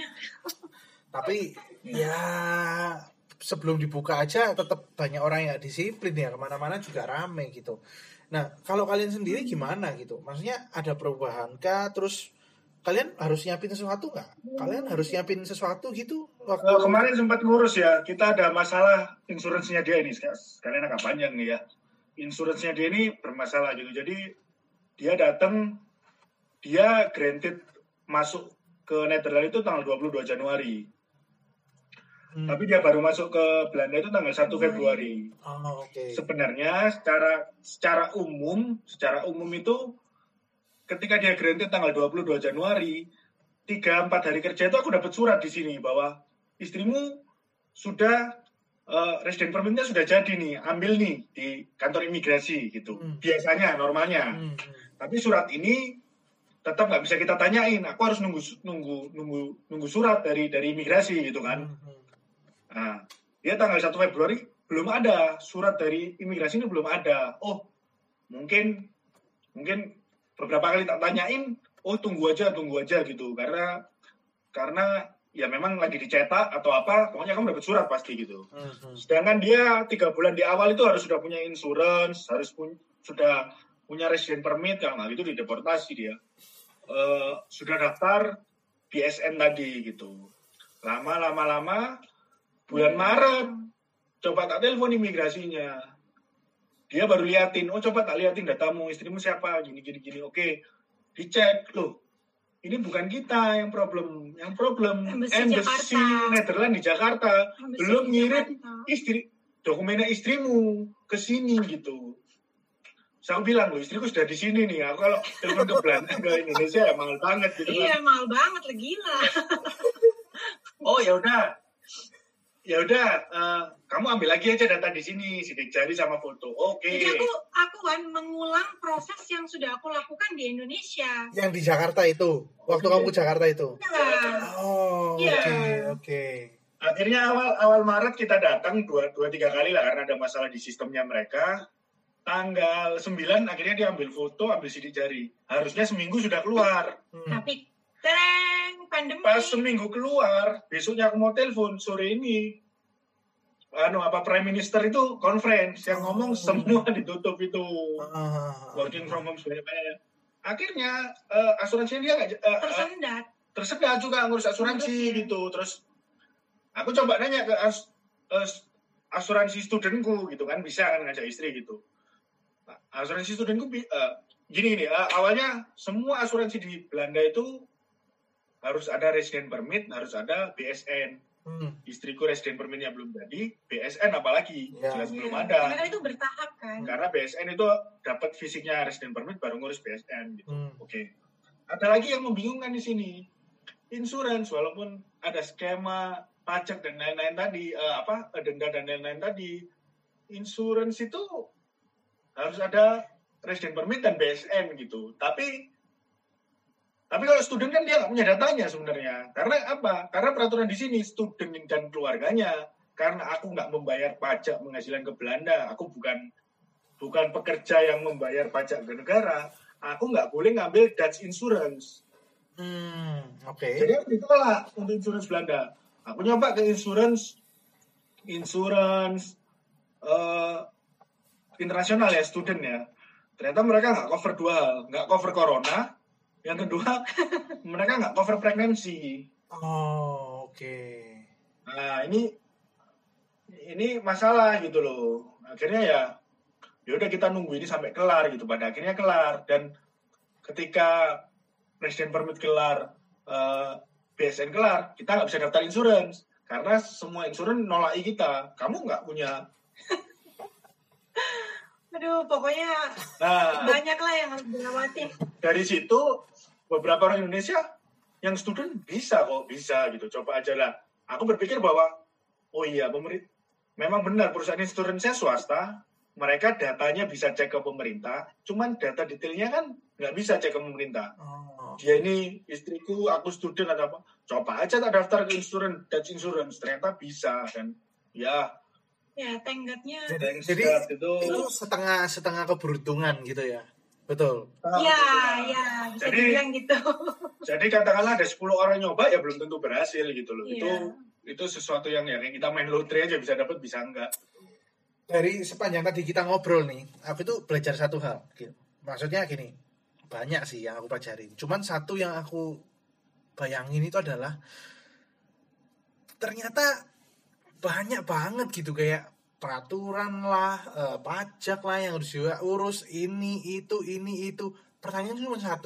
Tapi ya sebelum dibuka aja tetap banyak orang yang gak disiplin ya, kemana-mana juga rame gitu. Nah kalau kalian sendiri gimana gitu? Maksudnya ada perubahan kah? Terus kalian harus nyiapin sesuatu nggak? Kalian harus nyiapin sesuatu gitu? Waktu... Uh, kemarin sempat ngurus ya, kita ada masalah insuransinya dia ini, sekalian agak panjang nih ya. Insuransinya dia ini bermasalah gitu. Jadi dia datang, dia granted masuk ke Netherlands itu tanggal dua puluh dua Januari. Hmm. Tapi dia baru masuk ke Belanda itu tanggal satu Februari. Oh, oke. Okay. Sebenarnya secara secara umum, secara umum itu ketika dia granted tanggal dua puluh dua Januari, tiga empat hari kerja itu aku dapat surat di sini bahwa istrimu sudah uh, resident permitnya sudah jadi nih, ambil nih di kantor imigrasi gitu. Hmm. Biasanya normalnya. Hmm. Tapi surat ini tetap nggak bisa kita tanyain. Aku harus nunggu nunggu nunggu nunggu surat dari dari imigrasi gitu kan. Hmm. Nah, dia tanggal satu Februari belum ada surat dari imigrasi ini belum ada. Oh, mungkin mungkin beberapa kali tak tanyain, oh tunggu aja, tunggu aja gitu. Karena karena ya memang lagi dicetak atau apa, pokoknya kamu dapat surat pasti gitu. Uh-huh. Sedangkan dia tiga bulan di awal itu harus sudah punya insurance, harus pun, sudah punya resident permit, kalau nggak itu dideportasi dia. Uh, sudah daftar B S N tadi gitu. Lama-lama-lama, bulan Maret, coba tak telepon imigrasinya. Dia baru liatin, oh coba tak liatin datamu, istrimu siapa, gini gini gini. Oke, dicek loh. Ini bukan kita yang problem, yang problem embassy Netherlands di Jakarta embassy belum ngirim istri dokumennya istrimu ke sini gitu. Saya bilang loh, istriku sudah di sini nih. Aku kalau telepon ke Belanda ke Indonesia ya mahal banget gitu. Iya, kan. Mahal banget lah gila. Oh ya udah. Ya udah, uh, kamu ambil lagi aja data di sini, sidik jari sama foto. Oke. Okay. Jadi aku aku kan mengulang proses yang sudah aku lakukan di Indonesia. Yang di Jakarta itu, waktu okay. kamu ke Jakarta itu. Ya. Oh, oke, ya. oke. Okay, okay. Akhirnya awal awal Maret kita datang dua dua tiga kali lah karena ada masalah di sistemnya mereka. Tanggal sembilan akhirnya dia ambil foto, ambil sidik jari. Harusnya seminggu sudah keluar. Hmm. Tapi tereng pandemi. Pas seminggu keluar, besoknya aku mau telepon sore ini. Anu apa Prime Minister itu conference yang ngomong oh, semua ditutup itu. Uh, working from home sebenarnya. Akhirnya uh, asuransinya dia nggak uh, tersendat. Uh, tersendat juga ngurus asuransi Terus, gitu. Terus aku coba nanya ke as, uh, asuransi studentku gitu kan, bisa kan ngajak istri gitu. Nah, asuransi studentku uh, gini nih, uh, awalnya semua asuransi di Belanda itu harus ada resident permit, harus ada B S N. Hmm. Istriku resident permitnya belum jadi, B S N apalagi ya. Jelas ya. Belum ada. Karena itu bertahap kan. Karena B S N itu dapat fisiknya resident permit baru ngurus B S N gitu. Hmm. Oke. Okay. Ada lagi yang membingungkan di sini. Insurance walaupun ada skema pajak dan lain-lain tadi, uh, apa denda dan lain-lain tadi, insurance itu harus ada resident permit dan B S N gitu. Tapi Tapi kalau student kan dia nggak punya datanya sebenarnya. Karena apa? Karena peraturan di sini student dan keluarganya. Karena aku nggak membayar pajak penghasilan ke Belanda. Aku bukan bukan pekerja yang membayar pajak ke negara. Aku nggak boleh ngambil Dutch insurance. Hmm, oke. Okay. Jadi aku ditolak untuk insurance Belanda. Aku nyoba ke insurance, insurance uh, internasional ya, student ya. Ternyata mereka nggak cover dua hal. Nggak cover corona. Yang kedua, mereka nggak cover pregnancy. Oh, oke. Okay. Nah, ini ini masalah gitu loh. Akhirnya ya, ya udah kita nunggu ini sampai kelar gitu. Pada akhirnya kelar. Dan ketika resident permit kelar, uh, B S N kelar, kita nggak bisa daftar insurance. Karena semua insurance nolaki kita. Kamu nggak punya. Aduh, pokoknya nah, banyak lah yang harus dilewati. Dari situ, beberapa orang Indonesia yang student bisa kok, bisa gitu. Coba aja lah. Aku berpikir bahwa, oh iya, pemerintah, memang benar perusahaan insurance swasta, mereka datanya bisa cek ke pemerintah, cuman data detailnya kan nggak bisa cek ke pemerintah. Oh. Dia ini istriku, aku student atau apa, coba aja tak daftar ke insurance, Dutch insurance, ternyata bisa. Dan ya, ya tenggatnya jadi, jadi itu, itu setengah setengah keberuntungan gitu ya, betul? Iya, ya bisa jadi, dibilang gitu. Jadi katakanlah ada sepuluh orang nyoba ya belum tentu berhasil gitu loh. Ya. Itu itu sesuatu yang ya kita main lotre aja bisa dapat bisa enggak. Dari sepanjang tadi kita ngobrol nih, aku tuh belajar satu hal. Maksudnya gini, banyak sih yang aku pelajari. Cuman satu yang aku bayangin itu adalah ternyata banyak banget gitu kayak peraturan lah, eh, pajak lah yang harus juga urus ini itu ini itu. Pertanyaan cuma satu,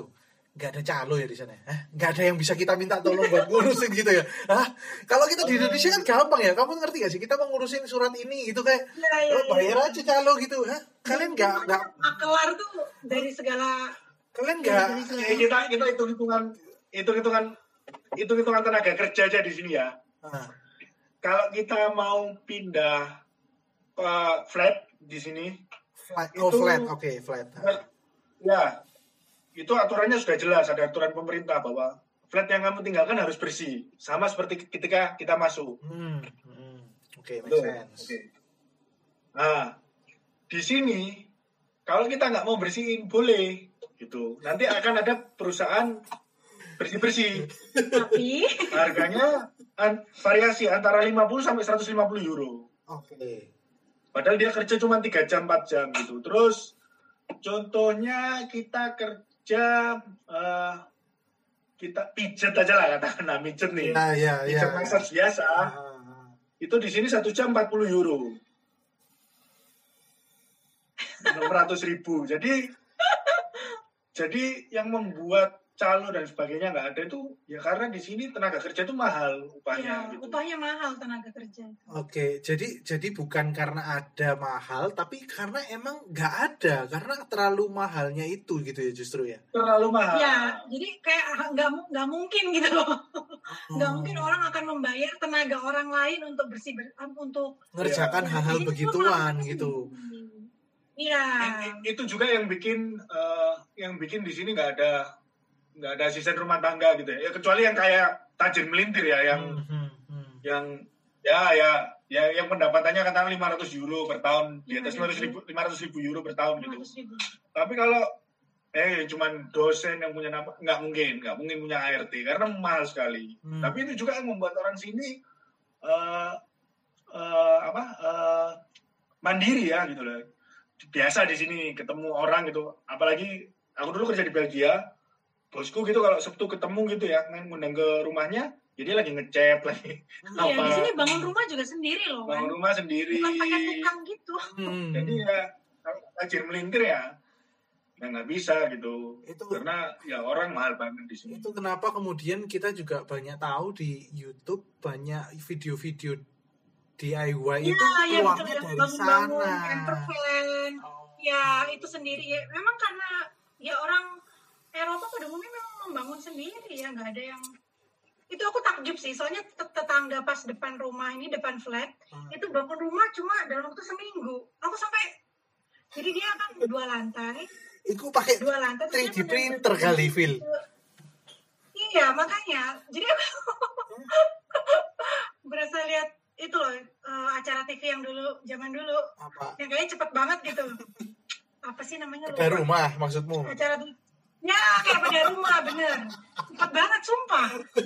nggak ada calo ya di sana. Hah? Nggak ada yang bisa kita minta tolong buat ngurusin gitu ya. Hah? Kalau kita di Indonesia kan gampang ya. Kamu ngerti gak sih? Kita mau ngurusin surat ini gitu kayak Ya, ya, oh, bayar ya. aja calo gitu. Hah? Kalian nggak nggak Kelar tuh dari segala kalian nggak Eh, kita kita hitung hitungan hitung hitungan hitung hitungan tenaga kerja aja di sini ya. ah, Kalau kita mau pindah ke flat di sini, flat. Oh Itu- flat, oke flat. Ah. ya itu aturannya sudah jelas, ada aturan pemerintah bahwa flat yang kamu tinggalkan harus bersih, sama seperti ketika kita masuk. Hmm, hmm. Oke, make Tuh, sense. oke. Nah, di sini kalau kita nggak mau bersihin boleh, gitu. Nanti akan ada perusahaan bersih-bersih. tapi Harganya an- variasi antara lima puluh sampai seratus lima puluh euro. Oke. Padahal dia kerja cuma tiga jam empat jam gitu. Terus contohnya kita kerja eh, kita pijet aja lah katakan, nah pijet nih. Ya, ya, ya. Pijet massage biasa. Ah, ah. Itu di sini satu jam empat puluh euro. enam ratus ribu. Jadi jadi yang membuat calo dan sebagainya nggak ada itu ya karena di sini tenaga kerja itu mahal upahnya ya, gitu. upahnya mahal tenaga kerja. Oke, jadi jadi bukan karena ada mahal, tapi karena emang nggak ada, karena terlalu mahalnya itu gitu ya justru ya. Terlalu mahal. Ya, jadi kayak ah, nggak mu- nggak mungkin gitu loh. Nggak Oh, mungkin orang akan membayar tenaga orang lain untuk bersih ber- untuk ngerjakan ya, hal-hal jadi begituan cuma- gitu. Iya. I- Itu juga yang bikin eh, yang bikin di sini nggak ada nggak ada asisten rumah tangga gitu ya. Ya kecuali yang kayak tajir melintir ya, yang Hmm, hmm, hmm. yang ya ya ya yang pendapatannya katakan lima ratus euro per tahun, di atas Iya, lima ratus ribu lima ratus ribu euro per tahun gitu. lima ratus ribu. Tapi kalau eh cuman dosen yang punya nama, nggak mungkin, nggak mungkin punya A R T karena mahal sekali. Hmm. Tapi itu juga yang membuat orang sini eh eh, apa eh, mandiri ya gitu loh. Biasa di sini ketemu orang gitu, apalagi aku dulu kerja di Belgia, bosku gitu kalau Sabtu ketemu gitu ya, main ngundang ke rumahnya, jadi lagi ngecat lagi Iya, apa di sini bangun rumah juga sendiri loh kan. bangun rumah sendiri. Bukan pakai tukang gitu. Hmm. Jadi ya kalau tajir melintir ya, ya nggak bisa gitu. Itu Karena ya orang mahal banget di sini. itu kenapa kemudian kita juga banyak tahu di YouTube banyak video-video D I Y Iya, itu ya betul keluarnya ya. dari Bangun-bangun, sana. camper van. Oh. Ya, itu sendiri. Ya, memang karena ya orang Eropa pada umumnya memang membangun sendiri ya, nggak ada yang itu aku takjub sih, soalnya tet- tetangga pas depan rumah ini, depan flat, Hmm. itu bangun rumah cuma dalam waktu seminggu. Aku sampai, jadi dia kan dua lantai, Iku pakai dua lantai. terus tiga D dia printer bener-bener- kali, Phil. Iya, makanya. Jadi aku berasa lihat itu loh, eh, acara T V yang dulu, zaman dulu, Apa? yang kayaknya cepet banget gitu. Apa sih namanya? Ke lupa. rumah maksudmu? Acara tuh. Ya, kayak pada rumah, bener. Cepet banget, sumpah.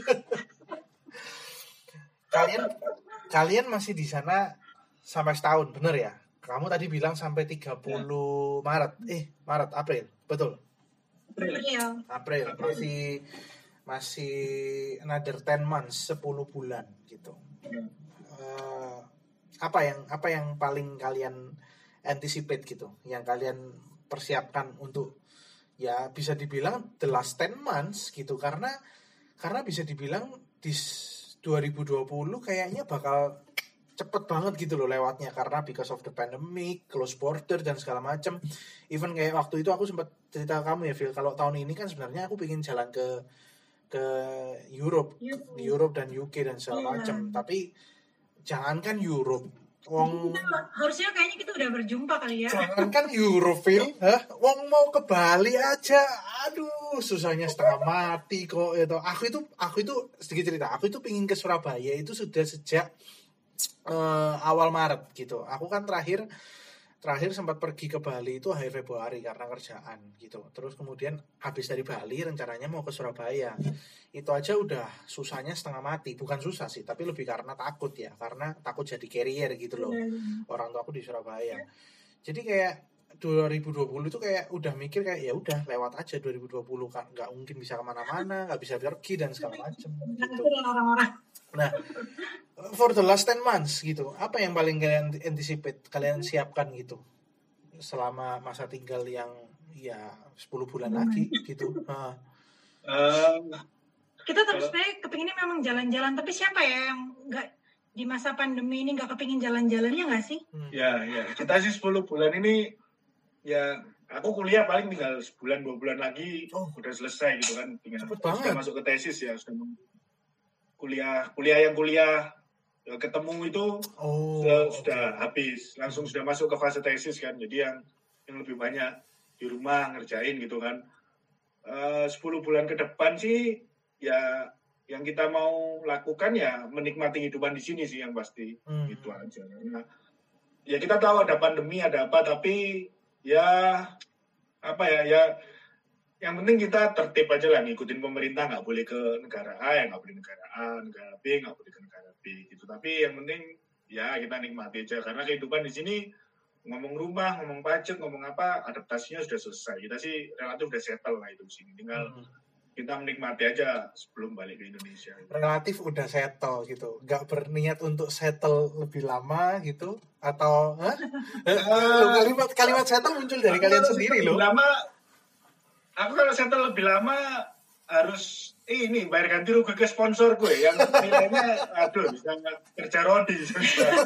Kalian kalian masih di sana sampai setahun, bener ya? Kamu tadi bilang sampai tiga puluh Maret. Eh, Maret, April. Betul. Iya. April. Masih masih another ten months, sepuluh bulan gitu. Eh, apa yang apa yang paling kalian anticipate gitu, yang kalian persiapkan untuk ya bisa dibilang the last ten months gitu, karena karena bisa dibilang di s- dua ribu dua puluh kayaknya bakal cepet banget gitu loh lewatnya karena because of the pandemic, close border dan segala macam. Even kayak waktu itu aku sempat cerita ke kamu ya Phil, kalau tahun ini kan sebenarnya aku pengen jalan ke ke Europe, Europe. di Europe dan U K dan segala Iya. macam. Tapi jangankan Europe, wong Kita, harusnya kayaknya kita udah berjumpa kali ya. jangankan Europe, Phil, hah? Wong mau ke Bali aja, aduh, susahnya setengah mati kok itu. Aku itu, aku itu sedikit cerita, aku itu pingin ke Surabaya itu sudah sejak eh, awal Maret gitu. Aku kan terakhir terakhir sempat pergi ke Bali itu akhir Februari karena kerjaan gitu. Terus kemudian habis dari Bali rencananya mau ke Surabaya. Itu aja udah susahnya setengah mati. Bukan susah sih, tapi lebih karena takut ya, karena takut jadi carrier gitu loh. Orang tua aku di Surabaya. Jadi kayak dua ribu dua puluh itu kayak udah mikir kayak ya udah lewat aja dua ribu dua puluh kan nggak mungkin bisa kemana-mana, nggak bisa pergi dan segala macam gitu. Itu orang-orang. Nah, for the last ten months gitu, apa yang paling kalian anticipate, kalian siapkan gitu selama masa tinggal yang ya sepuluh bulan lagi gitu. Nah, Uh, kita terus sebenarnya kepinginnya memang jalan-jalan, tapi siapa ya yang nggak di masa pandemi ini nggak kepingin jalan-jalannya nggak sih? Hmm. Ya, ya. Kita sih sepuluh bulan ini, ya aku kuliah paling tinggal sebulan dua bulan lagi, oh, udah selesai gitu kan. Tinggal sudah masuk ke tesis ya, sudah kuliah, kuliah yang kuliah ya, ketemu itu oh, sudah, okay. sudah habis, langsung sudah masuk ke fase tesis kan. Jadi yang yang lebih banyak di rumah ngerjain gitu kan. Uh, sepuluh bulan ke depan sih ya yang kita mau lakukan ya menikmati kehidupan di sini sih yang pasti hmm. gitu aja. Nah, ya kita tahu ada pandemi ada apa tapi ya apa ya ya yang penting kita tertib aja lah ngikutin pemerintah, nggak boleh ke negara A ya nggak boleh negara A, negara B nggak boleh ke negara B gitu. Tapi yang penting ya kita nikmati aja karena kehidupan di sini ngomong rumah, ngomong pajak, ngomong apa adaptasinya sudah selesai. Kita sih relatif udah settle lah itu di sini. Tinggal hmm. kita menikmati aja sebelum balik ke Indonesia. Relatif udah settle gitu, nggak berniat untuk settle lebih lama gitu atau huh? uh, kalimat kalimat settle muncul dari kalian sendiri loh. Lama, aku kalau settle lebih lama harus eh, ini bayar ganti rugi ke sponsor gue yang nilainya aduh bisa kerja rodi. Gitu.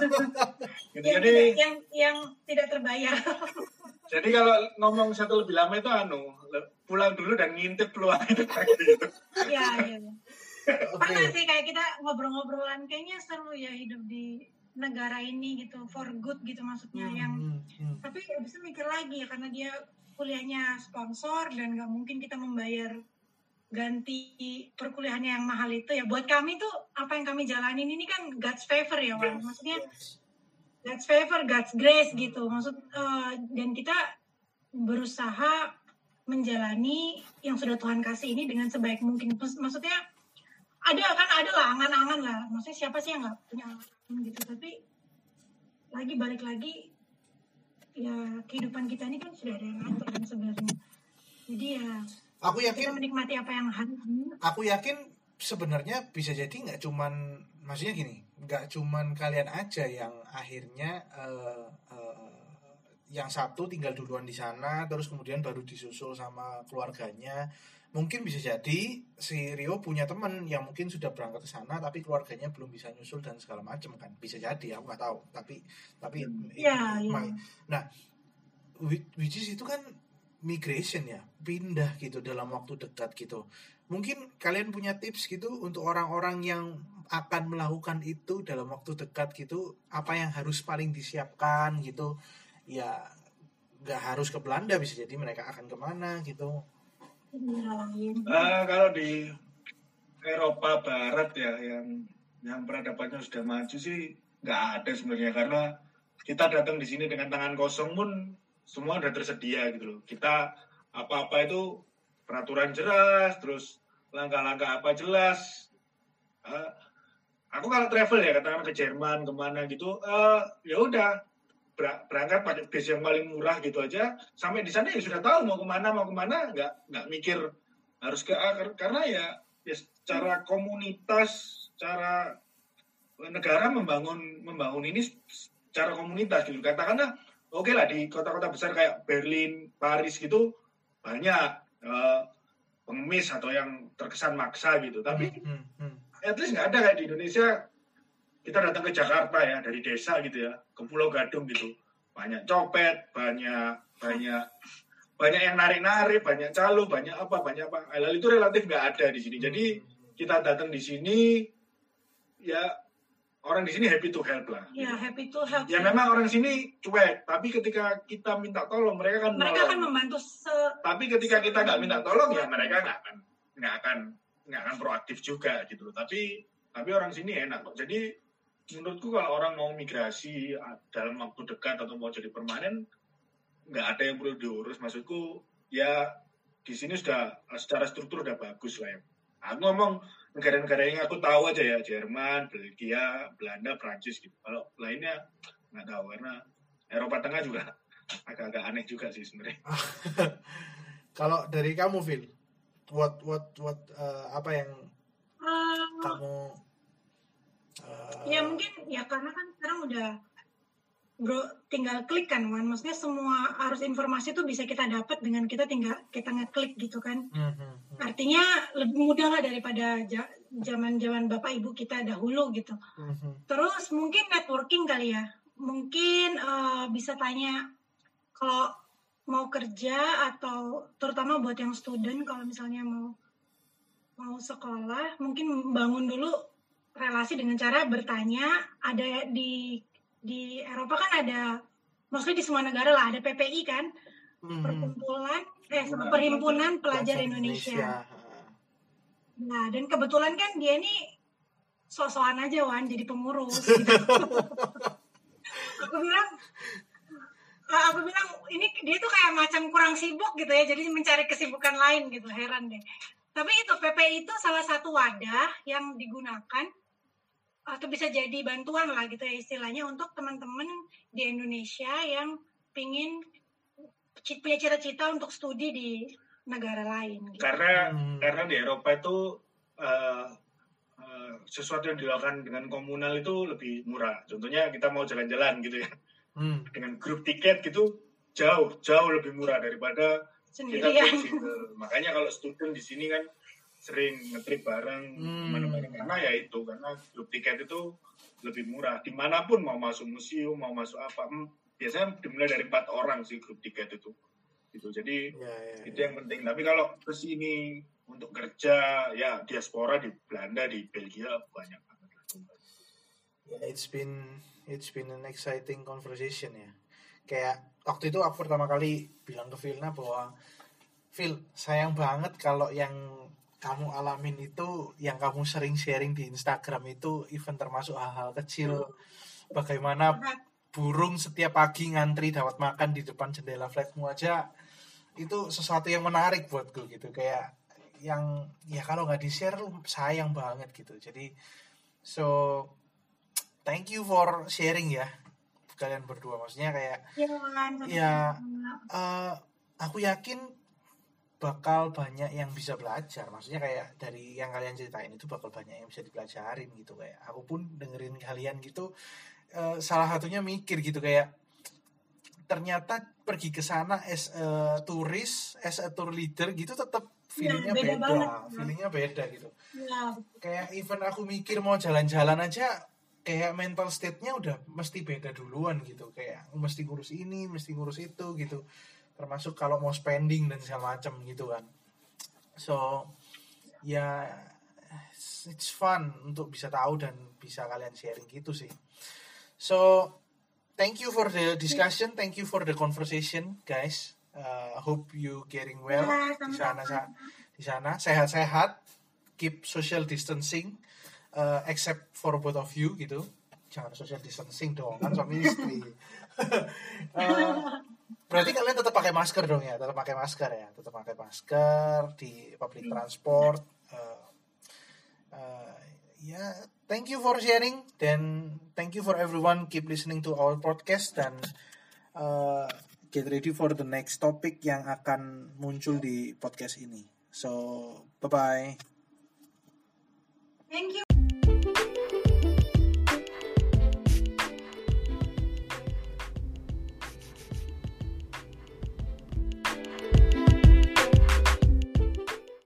Yang, Jadi tidak, yang yang tidak terbayar. Jadi kalau ngomong satu lebih lama itu anu pulang dulu dan ngintip peluang itu gitu. Iya, iya. Pernah sih kayak kita ngobrol-ngobrolan kayaknya seru ya hidup di negara ini gitu for good gitu maksudnya hmm, yang hmm. tapi bisa mikir lagi ya karena dia kuliahnya sponsor dan nggak mungkin kita membayar ganti perkuliahannya yang mahal itu ya buat kami tuh apa yang kami jalanin ini kan God's favor ya Wan. Maksudnya God's favor, God's grace gitu. Maksud uh, dan kita berusaha menjalani yang sudah Tuhan kasih ini dengan sebaik mungkin. Maksudnya ada kan ada lah angan-angan lah. Maksudnya siapa sih yang nggak punya angan gitu. Tapi lagi balik lagi ya kehidupan kita ini kan sudah ada yang atur kan sebenarnya. Jadi ya aku yakin kita menikmati apa yang ada. Aku yakin sebenarnya bisa jadi nggak cuman maksudnya gini, nggak cuman kalian aja yang akhirnya uh, uh, yang satu tinggal duluan di sana terus kemudian baru disusul sama keluarganya. Mungkin bisa jadi si Rio punya teman yang mungkin sudah berangkat ke sana tapi keluarganya belum bisa nyusul dan segala macam kan. Bisa jadi, aku nggak tahu. Tapi tapi ya, ya. Nah, which is itu kan migration ya, pindah gitu dalam waktu dekat gitu. Mungkin kalian punya tips gitu untuk orang-orang yang akan melakukan itu dalam waktu dekat gitu, apa yang harus paling disiapkan gitu. Ya nggak harus ke Belanda, bisa jadi mereka akan kemana gitu. Uh, kalau di Eropa Barat ya yang yang peradabannya sudah maju sih nggak ada sebenarnya karena kita datang di sini dengan tangan kosong pun semua udah tersedia gitu loh. Kita apa-apa itu peraturan jelas, terus langkah-langkah apa jelas. Uh, aku kalau travel ya katakan ke Jerman kemana gitu, uh, ya udah berangkat pakai bis yang paling murah gitu aja. Sampai di sana ya sudah tahu mau kemana mau kemana, nggak nggak mikir harus ke A karena ya, ya secara komunitas, cara negara membangun membangun ini secara komunitas gitu. Katakanlah oke lah di kota-kota besar kayak Berlin, Paris gitu banyak uh, pengemis atau yang terkesan maksa gitu. Tapi hmm, hmm, hmm. at least nggak ada kayak di Indonesia. Kita datang ke Jakarta ya dari desa gitu ya ke Pulau Gadung gitu banyak copet, banyak banyak banyak yang narik-narik, banyak calo, banyak apa banyak apa. Hal itu relatif nggak ada di sini. Jadi kita datang di sini ya orang di sini happy to help lah. Ya, happy to help. Ya memang orang sini cuek, tapi ketika kita minta tolong mereka kan mereka akan membantu se Tapi ketika kita nggak minta tolong ya mereka nggak akan nggak akan nggak akan proaktif juga gitu. Tapi tapi orang sini enak kok. Jadi menurutku kalau orang mau migrasi dalam waktu dekat atau mau jadi permanen nggak ada yang perlu diurus. Maksudku ya di sini sudah secara struktur udah bagus lah ya. Aku ngomong negara-negara yang aku tahu aja ya, Jerman, Belgia, Belanda, Prancis gitu. Kalau lainnya nggak tahu karena Eropa Tengah juga agak-agak aneh juga sih sebenarnya. Kalau dari kamu, Phil, what what what uh, apa yang uh, kamu uh, ya mungkin ya karena kan sekarang udah bro tinggal klik kan Wan, maksudnya semua arus informasi itu bisa kita dapat dengan kita tinggal kita ngeklik gitu kan. Mm-hmm. Artinya lebih mudah lah daripada zaman-zaman bapak ibu kita dahulu gitu. Mm-hmm. Terus mungkin networking kali ya, mungkin uh, bisa tanya kalau mau kerja atau terutama buat yang student kalau misalnya mau mau sekolah, mungkin bangun dulu relasi dengan cara bertanya. Ada di di Eropa kan ada, maksudnya di semua negara lah ada P P I kan, mm-hmm. perkumpulan eh sama perhimpunan pelajar, pelajar Indonesia. Indonesia. Nah dan kebetulan kan dia nih so-soan aja Wan jadi pengurus. Gitu. aku bilang, aku bilang ini dia tuh kayak macam kurang sibuk gitu ya, jadi mencari kesibukan lain gitu, heran deh. Tapi itu P P I itu salah satu wadah yang digunakan atau bisa jadi bantuan lah gitu ya istilahnya untuk teman-teman di Indonesia yang pingin punya cita-cita untuk studi di negara lain. Gitu. Karena hmm. karena di Eropa itu uh, uh, sesuatu yang dilakukan dengan komunal itu lebih murah. Contohnya kita mau jalan-jalan gitu ya, hmm. dengan grup tiket gitu jauh jauh lebih murah daripada sendirian. Kita single. Makanya kalau student di sini kan sering ngetrip bareng hmm. mana-mana karena ya itu karena grup tiket itu lebih murah dimanapun mau masuk museum mau masuk apa biasanya dimulai dari empat orang sih grup tiket itu gitu jadi ya, ya, itu ya. yang penting tapi kalau ke sini untuk kerja ya diaspora di Belanda di Belgia banyak banget ya it's been it's been an exciting conversation ya kayak waktu itu aku pertama kali bilang ke Vilna bahwa Vil sayang banget kalau yang kamu alamin itu yang kamu sering sharing di Instagram itu even termasuk hal-hal kecil bagaimana burung setiap pagi ngantri dapat makan di depan jendela flatmu aja itu sesuatu yang menarik buatku gitu kayak yang ya kalau nggak di-share lu sayang banget gitu jadi so thank you for sharing ya kalian berdua maksudnya kayak ya, ya uh, aku yakin bakal banyak yang bisa belajar maksudnya kayak dari yang kalian ceritain itu bakal banyak yang bisa dipelajarin gitu kayak aku pun dengerin kalian gitu uh, salah satunya mikir gitu kayak ternyata pergi ke sana as a turis as a tour leader gitu tetap feelingnya ya, beda, beda banget, feelingnya beda gitu ya. Kayak even aku mikir mau jalan-jalan aja kayak mental state-nya udah mesti beda duluan gitu kayak mesti ngurus ini mesti ngurus itu gitu termasuk kalau mau spending dan segala macam gitu kan so ya yeah, it's fun untuk bisa tahu dan bisa kalian sharing gitu sih so thank you for the discussion thank you for the conversation guys uh, hope you getting well ya, di sana di sana sehat-sehat keep social distancing uh, except for both of you gitu jangan social distancing dong kan suami istri uh, berarti kalian tetap pakai masker dong ya, tetap pakai masker ya, tetap pakai masker di public transport. Uh, uh, ya, yeah, thank you for sharing dan thank you for everyone keep listening to our podcast dan uh, get ready for the next topic yang akan muncul di podcast ini. So, bye bye. Thank you.